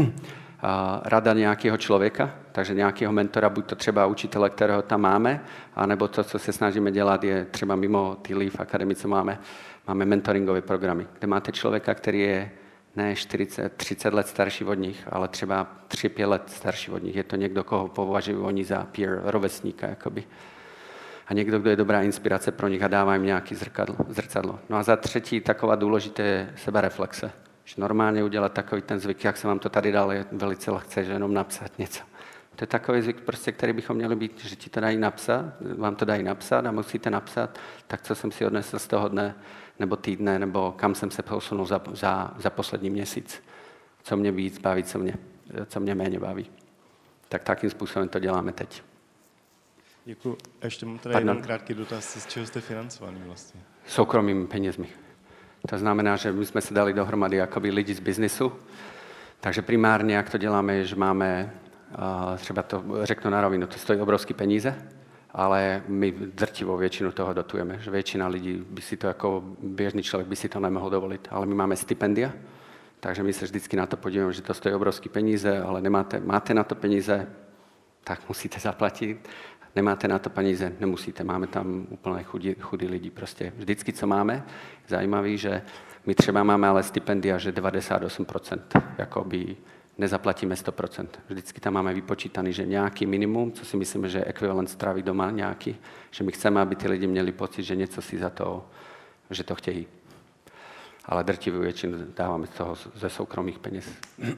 rada nějakého člověka, takže nějakého mentora, buď to třeba učitele, kterého tam máme, anebo to, co se snažíme dělat, je třeba mimo ty Leaf Academy, co máme, máme mentoringové programy, kde máte člověka, který je ne čtyřicet, třicet let starší od nich, ale třeba tři pět let starší od nich. Je to někdo, koho považují oni za peer, rovesníka, jakoby. A někdo, kdo je dobrá inspirace pro nich a dává jim nějaký zrcadlo, zrcadlo. No a za třetí, taková důležitá je sebereflexe. Že normálně udělat takový ten zvyk, jak se vám to tady dal, je velice lehce, že jenom napsat něco. To je takový zvyk, prostě, který bychom měli být, že ti to dají napsat, vám to dají napsat a musíte napsat, tak co jsem si odnesl z toho dne, nebo týdne, nebo kam jsem se posunul za, za, za poslední měsíc. Co mě víc baví, co mě, co mě méně baví. Tak takým způsobem to děláme teď. Děkuji. Ještě mám tady jeden krátký dotaz, z čeho jste financovaný vlastně? Soukromými penězmi. To znamená, že my jsme se dali dohromady jakoby lidi z biznisu, takže primárně, jak to děláme, je, že máme, uh, třeba to řeknu na rovinu, to stojí obrovské peníze, ale my drtivou většinu toho dotujeme, že většina lidí by si to jako běžný člověk by si to nemohl dovolit, ale my máme stipendia, takže my se vždycky na to podíváme, že to stojí obrovské peníze, ale nemáte, máte na to peníze, tak musíte zaplatit. Nemáte na to peníze, nemusíte, máme tam úplně chudí, chudí lidi. Prostě vždycky, co máme, zajímavý, že my třeba máme ale stipendia, že devadesát osm procent, jakoby nezaplatíme sto procent. Vždycky tam máme vypočítaný, že nějaký minimum, co si myslíme, že je ekvivalent stravy doma nějaký, že my chceme, aby ty lidi měli pocit, že něco si za to, že to chtějí. Ale drtivou většinu dáváme z toho ze soukromých peněz.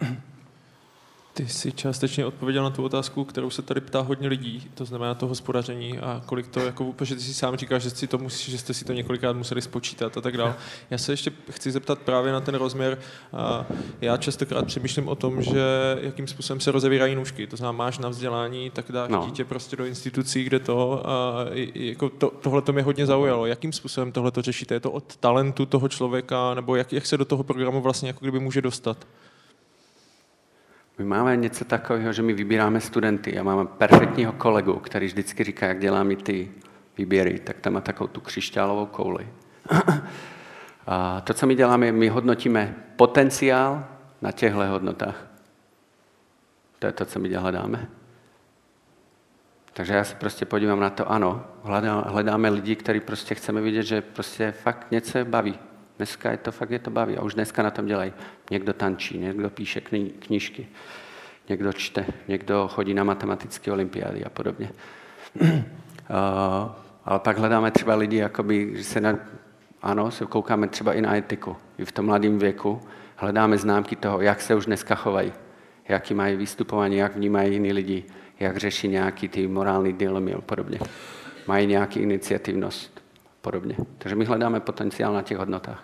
Ty jsi částečně odpověděl na tu otázku, kterou se tady ptá hodně lidí, to znamená to hospodaření a kolik to, jako, protože ty si sám říkáš, že, si to musí, že jste si to několikrát museli spočítat a tak dále. Já se ještě chci zeptat právě na ten rozměr. Já častokrát přemýšlím o tom, že jakým způsobem se rozevírají nůžky. To znamená, máš na vzdělání, tak dáš no. dítě prostě do institucí, kde to, a jako to tohle to mě hodně zaujalo. Jakým způsobem tohle to řešíte? Je to od talentu toho člověka, nebo jak, jak se do toho programu vlastně jako kdyby může dostat? My máme něco takového, že my vybíráme studenty. Já mám perfektního kolegu, který vždycky říká, jak děláme ty výběry, tak tam má takovou tu křišťálovou kouli. A to, co my děláme, my hodnotíme potenciál na těchto hodnotách. To je to, co my hledáme. Takže já se prostě podívám na to, ano, hledáme lidi, kteří prostě chceme vidět, že prostě fakt něco je baví. Dneska je to fakt, je to baví a už dneska na tom dělají. Někdo tančí, někdo píše kni- knížky, někdo čte, někdo chodí na matematické olympiády a podobně. uh, ale pak hledáme třeba lidi, jakoby, že se na, ano, se koukáme třeba i na etiku. I v tom mladém věku hledáme známky toho, jak se už dneska chovají, jaký mají vystupování, jak vnímají jiní lidi, jak řeší nějaký ty morální dilemy a podobně. Mají nějaký iniciativnost. Podobně. Takže my hledáme potenciál na těch hodnotách.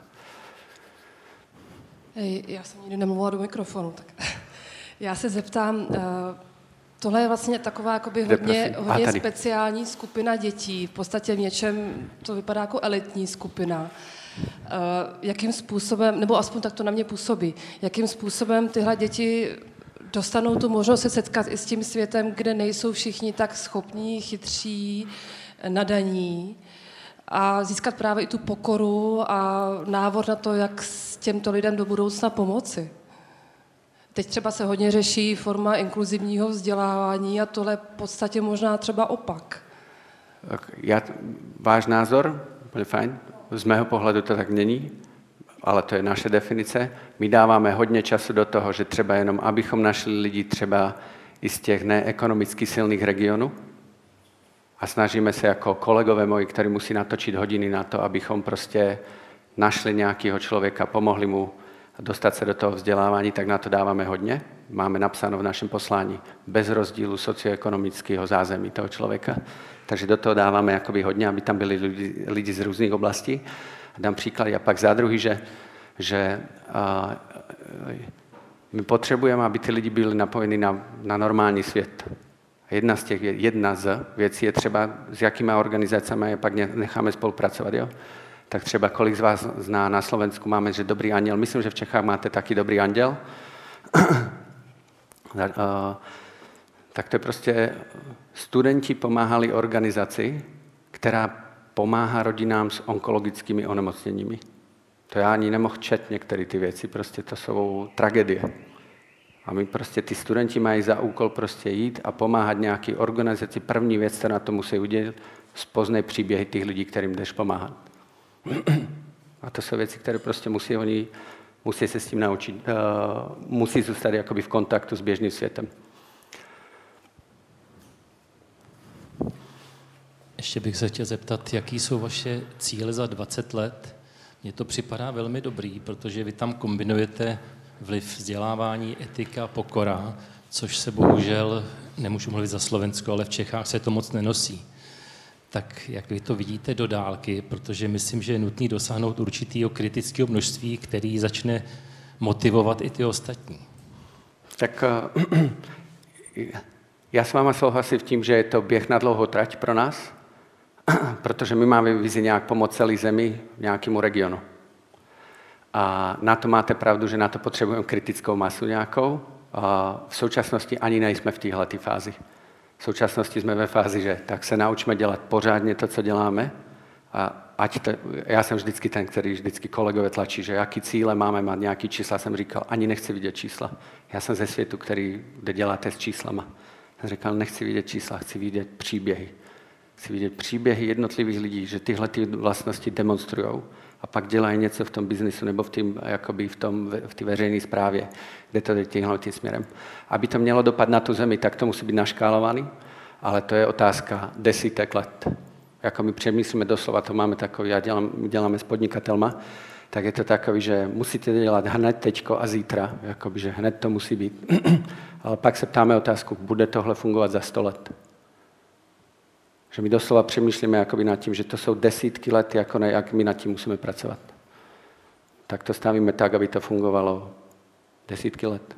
Hej, já jsem nikdy nemluvila do mikrofonu, tak já se zeptám, Tohle je vlastně taková jakoby hodně, hodně speciální skupina dětí. V podstatě v něčem to vypadá jako elitní skupina. Uh, jakým způsobem, nebo aspoň tak to na mě působí, jakým způsobem tyhle děti dostanou tu možnost se setkat i s tím světem, kde nejsou všichni tak schopní, chytří, nadaní a získat právě i tu pokoru a návod na to, jak s těmto lidem do budoucna pomoci. Teď třeba se hodně řeší forma inkluzivního vzdělávání a tohle v podstatě možná třeba opak. Já, váš názor, úplně fajn, z mého pohledu to tak není, ale to je naše definice. My dáváme hodně času do toho, že třeba jenom, abychom našli lidi třeba i z těch neekonomicky silných regionů a snažíme se jako kolegové moji, kteří musí natočit hodiny na to, abychom prostě našli nějakého člověka, pomohli mu dostat se do toho vzdělávání, tak na to dáváme hodně. Máme napsáno v našem poslání bez rozdílu socioekonomického zázemí toho člověka. Takže do toho dáváme jakoby hodně, aby tam byli lidi, lidi z různých oblastí. Dám příklad a pak za druhý, že, že a, my potřebujeme, aby ty lidi byli napojeni na, na normální svět. Jedna z těch, jedna z věcí je třeba, s jakýma organizacemi je pak necháme spolupracovat, jo? Tak třeba kolik z vás zná na Slovensku, máme, že Dobrý anděl. Myslím, že v Čechách máte taky Dobrý anděl. Tak to je prostě, studenti pomáhali organizaci, která pomáhá rodinám s onkologickými onemocněními. To já ani nemohl čet některé ty věci, prostě to jsou tragédie. A my prostě, ty studenti mají za úkol prostě jít a pomáhat nějaké organizaci. První věc, která to musí udělat, spoznej příběhy těch lidí, kterým jdeš pomáhat. A to jsou věci, které prostě musí oni, musí se s tím naučit, uh, musí zůstat jakoby v kontaktu s běžným světem. Ještě bych se chtěl zeptat, jaký jsou vaše cíle za dvacet let? Mně to připadá velmi dobrý, protože vy tam kombinujete vliv vzdělávání, etika, pokora, což se bohužel, nemůžu mluvit za Slovensko, ale v Čechách se to moc nenosí. Tak jak vy to vidíte do dálky, protože myslím, že je nutný dosáhnout určitého kritického množství, který začne motivovat i ty ostatní. Tak já s váma souhlasím v tím, že je to běh na dlouhou trať pro nás, protože my máme vizi nějak pomoct celé zemi nějakému regionu. A na to máte pravdu, že na to potřebujeme kritickou masu nějakou. A v současnosti ani nejsme v téhleté fázi. V současnosti jsme ve fázi, že tak se naučíme dělat pořádně to, co děláme. A ať to, já jsem vždycky ten, který vždycky kolegové tlačí, že jaký cíle máme mít, nějaký čísla. Jsem říkal, ani nechci vidět čísla. Já jsem ze světu, který, kde děláte s číslama. Jsem říkal, nechci vidět čísla, chci vidět příběhy. Chci vidět příběhy jednotlivých lidí, že tyhle ty vlastnosti demonstrujou a pak dělají něco v tom biznisu nebo v tým, jakoby v tom, v té veřejné správě, kde to jde tímhle tím směrem. Aby to mělo dopad na tu zemi, tak to musí být naškálovaný, ale to je otázka desítek let. Jako my přemýšlíme doslova, to máme takový, já dělám, děláme s podnikatelma, tak je to takový, že musíte dělat hned, teďko a zítra, jakoby, že hned to musí být. Ale pak se ptáme otázku, bude tohle fungovat za sto let? Že my doslova přemýšlíme jakoby nad tím, že to jsou desítky let, jako ne, jak my nad tím musíme pracovat. Tak to stavíme tak, aby to fungovalo desítky let.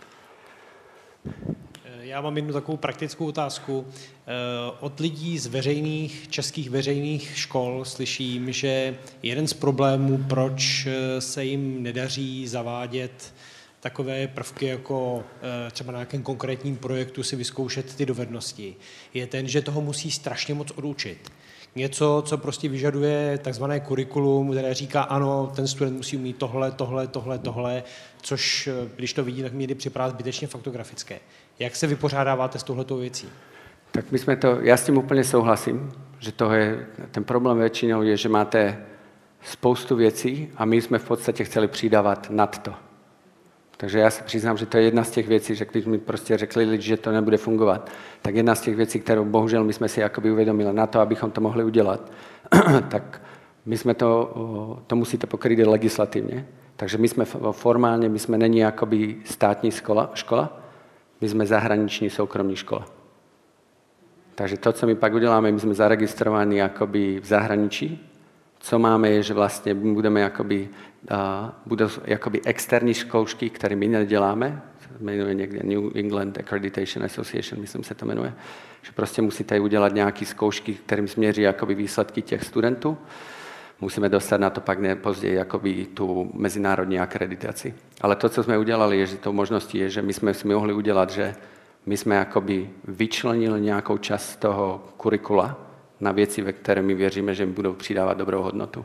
Já mám jednu takovou praktickou otázku. Od lidí z veřejných, českých veřejných škol slyším, že jeden z problémů, proč se jim nedaří zavádět takové prvky, jako třeba na nějakém konkrétním projektu si vyzkoušet ty dovednosti, je ten, že toho musí strašně moc odučit. Něco, co prostě vyžaduje takzvané kurikulum, které říká, ano, ten student musí umít tohle, tohle, tohle, tohle, což, když to vidí, tak mi připadá zbytečně faktografické. Jak se vypořádáváte s touhletou věcí? Tak my jsme to, já s tím úplně souhlasím, že to je, ten problém většinou je, že máte spoustu věcí a my jsme v podstatě chtěli přidávat nad to. Takže já se přiznám, že to je jedna z těch věcí, že když mi prostě řekli lidi, že to nebude fungovat, tak jedna z těch věcí, kterou bohužel my jsme si jakoby uvědomili na to, abychom to mohli udělat, tak my jsme to, to musíte pokrýt legislativně. Takže my jsme formálně, my jsme není jakoby státní škola, škola, my jsme zahraniční soukromní škola. Takže to, co my pak uděláme, my jsme zaregistrovaní jakoby v zahraničí, co máme, je, že vlastně budeme jakoby, uh, budou jakoby externí zkoušky, které my neděláme, jmenuje někde New England Accreditation Association, myslím se to jmenuje, že prostě musíte udělat nějaké zkoušky, kterým změří jakoby výsledky těch studentů. Musíme dostat na to pak ne, později jakoby tu mezinárodní akreditaci. Ale to, co jsme udělali, je, že tou možností je, že my jsme si mohli udělat, že my jsme jakoby vyčlenili nějakou část toho kurikula na věci, ve které my věříme, že jim budou přidávat dobrou hodnotu.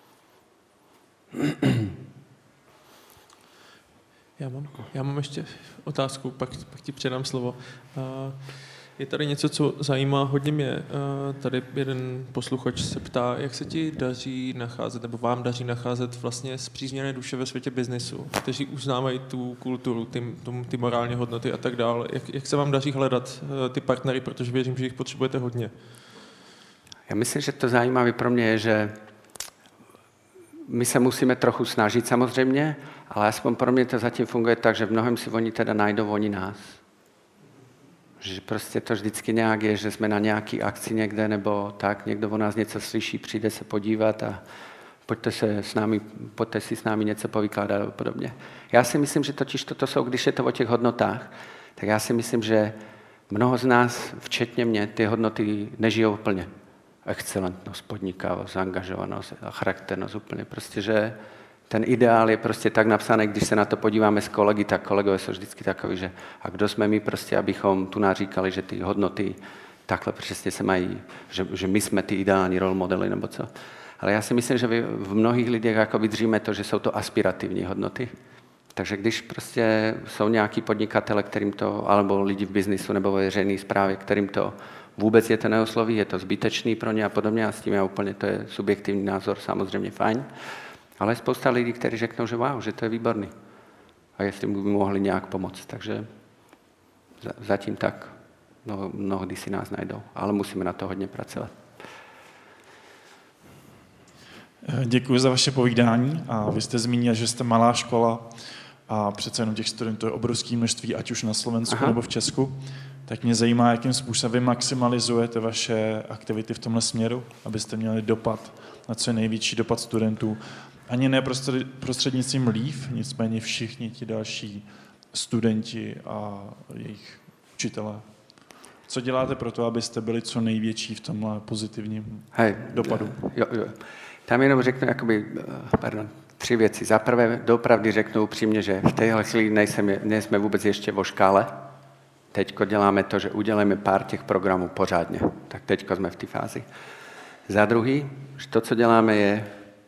Já mám, já mám ještě otázku, pak, pak ti předám slovo. Je tady něco, co zajímá hodně mě. Tady jeden posluchač se ptá, jak se ti daří nacházet, nebo vám daří nacházet vlastně spřízněné duše ve světě biznisu, kteří uznávají tu kulturu, ty, ty morální hodnoty a tak dále. Jak, jak se vám daří hledat ty partnery, protože věřím, že jich potřebujete hodně. Já myslím, že to zajímavé pro mě je, že my se musíme trochu snažit samozřejmě, ale aspoň pro mě to zatím funguje tak, že v mnohem si oni teda najdou oni nás. Že prostě to vždycky nějak je, že jsme na nějaký akci někde, nebo tak, někdo o nás něco slyší, přijde se podívat a pojďte, se s námi, pojďte si s námi něco povykládat a podobně. Já si myslím, že totiž toto jsou, když je to o těch hodnotách, tak já si myslím, že mnoho z nás, včetně mě, ty hodnoty nežijou plně. Excelentnost, podnikavost, zaangažovanost a charakternost úplně. Prostě, že ten ideál je prostě tak napsaný, když se na to podíváme s kolegy, tak kolegové jsou vždycky takový, že a kdo jsme my prostě, abychom tu naříkali, že ty hodnoty takhle přesně se mají, že, že my jsme ty ideální role modely nebo co. Ale já si myslím, že v mnohých lidech jako vydříme to, že jsou to aspirativní hodnoty. Takže když prostě jsou nějaký podnikatele, kterým to, alebo lidi v biznisu nebo ve veřejné správě, kterým to vůbec je to neosloví, je to zbytečný pro ně a podobně a s tím já úplně, to je subjektivní názor, samozřejmě fajn. Ale je spousta lidí, kteří řeknou, že wow, že to je výborný. A jestli by mohli nějak pomoct. Takže zatím tak. No, mnohdy si nás najdou. Ale musíme na to hodně pracovat. Děkuji za vaše povídání. A vy jste zmínil, že jste malá škola a přece jenom těch studentů je obrovské množství, ať už na Slovensku Aha. nebo v Česku. Tak mě zajímá, jakým způsobem vy maximalizujete vaše aktivity v tomhle směru, abyste měli dopad, na co je největší dopad studentů. Ani ne prostřednictvím Leaf, nicméně všichni ti další studenti a jejich učitelé. Co děláte pro to, abyste byli co největší v tomhle pozitivním Hej, dopadu? Jo, jo. Tam jenom řeknu jakoby, pardon, tři věci. Za prvé, doopravdy řeknu upřímně, že v téhle chvíli nejsme, nejsme vůbec ještě vo škále. Teďko děláme to, že uděláme pár těch programů pořádně. Tak teďko jsme v té fázi. Za druhý, že to, co děláme, je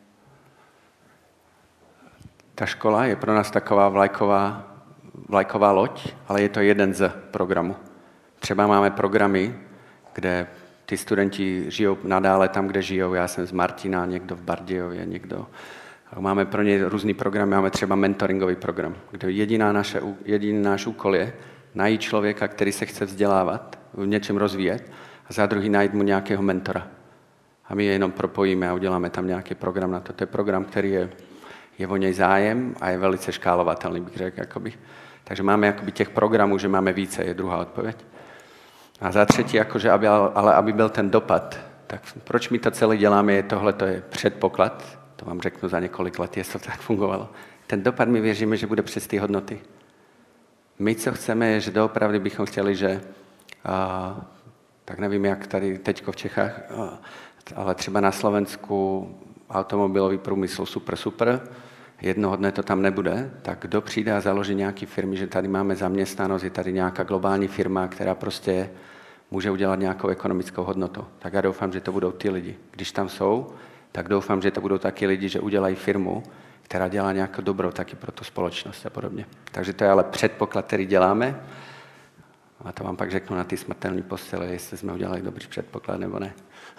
ta škola je pro nás taková vlajková, vlajková loď, ale je to jeden z programů. Třeba máme programy, kde ty studenti žijou nadále tam, kde žijou. Já jsem z Martina, někdo v Bardějově, někdo. Máme pro ně různý programy, máme třeba mentoringový program, kde jediná naše, jediný náš úkol je najít člověka, který se chce vzdělávat, v něčem rozvíjet, a za druhý najít mu nějakého mentora. A my je jenom propojíme a uděláme tam nějaký program na to. To je program, který je, je o něj zájem a je velice škálovatelný, bych řekl. Jakoby. Takže máme jakoby těch programů, že máme více, je druhá odpověď. A za třetí, jakože, aby, ale aby byl ten dopad, tak proč my to celé děláme, je tohle, to je předpoklad, to vám řeknu za několik let, jestli to tak fungovalo. Ten dopad my věříme, že bude přes ty hodnoty. My, co chceme, je, že doopravdy bychom chtěli, že, a, tak nevím, jak tady teďko v Čechách, a, ale třeba na Slovensku automobilový průmysl super, super, jednoho dne to tam nebude, tak kdo přijde a založí nějaký firmy, že tady máme zaměstnanost, je tady nějaká globální firma, která prostě může udělat nějakou ekonomickou hodnotu. Tak já doufám, že to budou ty lidi. Když tam jsou, tak doufám, že to budou taky lidi, že udělají firmu, která dělá nějakou dobro taky pro tu společnost a podobně. Takže to je ale předpoklad, který děláme. A to vám pak řeknu na ty smrtelné postele, jestli jsme udělali dobrý předpoklad nebo ne.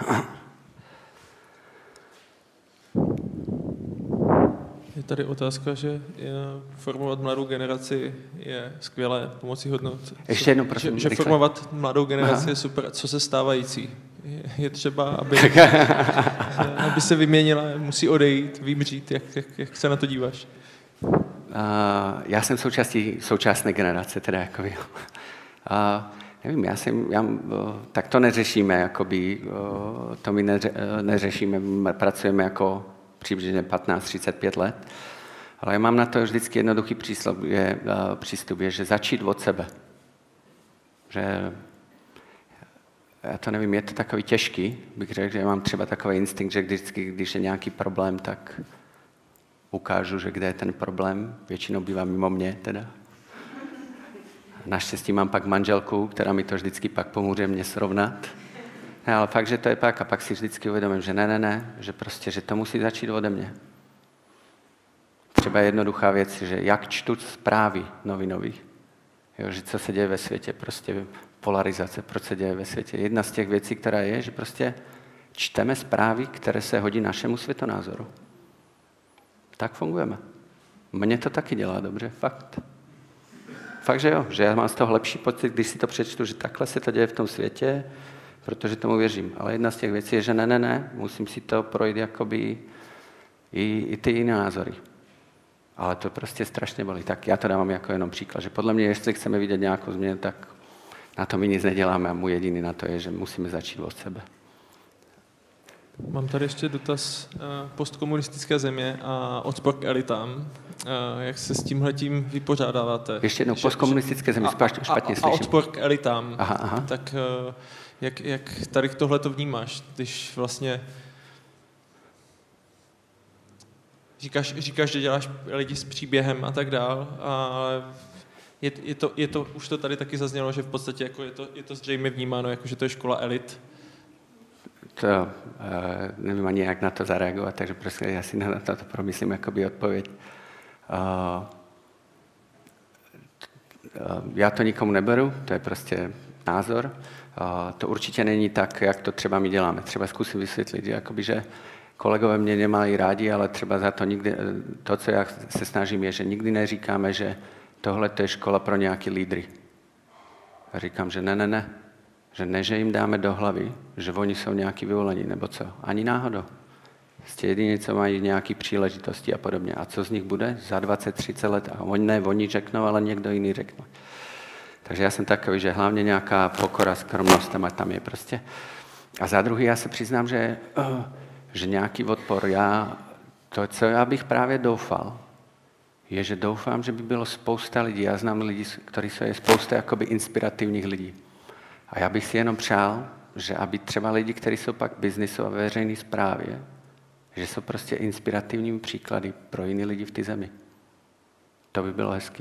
Je tady otázka, že formovat mladou generaci je skvělé pomocí hodnot. Ještě jednou, prosím. Že, že formovat mladou generaci Aha. je super. Co se stávající? Je, je třeba, aby, aby se vyměnila, musí odejít, vymřít. Jak, jak, jak se na to díváš? Uh, já jsem součástí současné generace, teda jako uh, nevím, já jsem, já, tak to neřešíme, jakoby, to my neře, neřešíme, my pracujeme jako přibližně patnáct třicet pět let, ale já mám na to vždycky jednoduchý přístup, je, přístup, je, že začít od sebe. Že, já to nevím, je to takový těžký, bych řekl, že mám třeba takový instinkt, že vždycky, když je nějaký problém, tak ukážu, že kde je ten problém, většinou bývá mimo mě teda. Naštěstí mám pak manželku, která mi to vždycky pak pomůže mě srovnat. Ne, ale fakt, že to je pak a pak si vždycky uvědomím, že ne, ne, ne, že prostě, že to musí začít ode mě. Třeba jednoduchá věc, že jak čtu zprávy novinový, jo, že co se děje ve světě, prostě polarizace, proč se děje ve světě. Jedna z těch věcí, která je, že prostě čteme zprávy, které se hodí našemu světonázoru. Tak fungujeme. Mně to taky dělá dobře, fakt. Fakt, že jo, že já mám z toho lepší pocit, když si to přečtu, že takhle se to děje v tom světě, protože tomu věřím. Ale jedna z těch věcí je, že ne, ne, ne, musím si to projít jakoby i, i ty jiné názory. Ale to prostě strašně bolí. Tak já to dávám jako jenom příklad, že podle mě, jestli chceme vidět nějakou změnu, tak na to my nic neděláme a můj jediný na to je, že musíme začít od sebe. Mám tady ještě dotaz. Postkomunistické země a odpor k elitám. Jak se s tímhletím vypořádáváte? Ještě jednou, postkomunistické země, špatně a, a, slyším. A odpor k elitám. Aha, aha. Tak jak, jak tady tohle to vnímáš, když vlastně říkáš, říkáš, že děláš lidi s příběhem a tak dál, ale je, je, to, je to, už to tady taky zaznělo, že v podstatě jako je, to, je to zřejmě vnímáno, jako že to je škola elit. To uh, nevím ani, jak na to zareagovat, takže prostě já si na to, to promyslím jakoby odpověď. Uh, uh, já to nikomu neberu, to je prostě názor. Uh, to určitě není tak, jak to třeba my děláme. Třeba zkusím vysvětlit, že, jakoby, že kolegové mě nemají rádi, ale třeba za to nikdy, to, co já se snažím, je, že nikdy neříkáme, že tohle to je škola pro nějaký lídry. A říkám, že ne, ne, ne. Že ne, že jim dáme do hlavy, že oni jsou nějaký vyvolení, nebo co. Ani náhodou. Prostě jedině, co mají nějaké příležitosti a podobně. A co z nich bude za dvacet třicet let? A oni ne, oni řeknou, ale někdo jiný řekne. Takže já jsem takový, že hlavně nějaká pokora, skromnost tam je prostě. A za druhý, já se přiznám, že, uh, že nějaký odpor, já, to, co já bych právě doufal, je, že doufám, že by bylo spousta lidí. Já znám lidi, kteří jsou spousta jakoby inspirativních lidí. A já bych si jenom přál, že aby třeba lidi, kteří jsou pak biznisu a veřejné správě, že jsou prostě inspirativními příklady pro jiné lidi v té zemi. To by bylo hezky.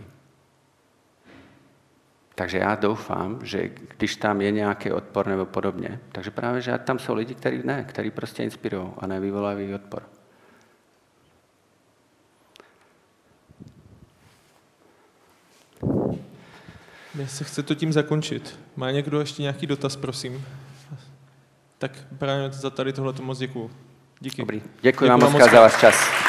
Takže já doufám, že když tam je nějaký odpor nebo podobně, takže právě, že tam jsou lidi, kteří ne, kteří prostě inspirují a nevyvolávají odpor. Mně se chce to tím zakončit. Má někdo ještě nějaký dotaz, prosím? Tak právě za tady tohleto moc děkuju. Díky. Dobrý. Děkuji vám moc za váš čas.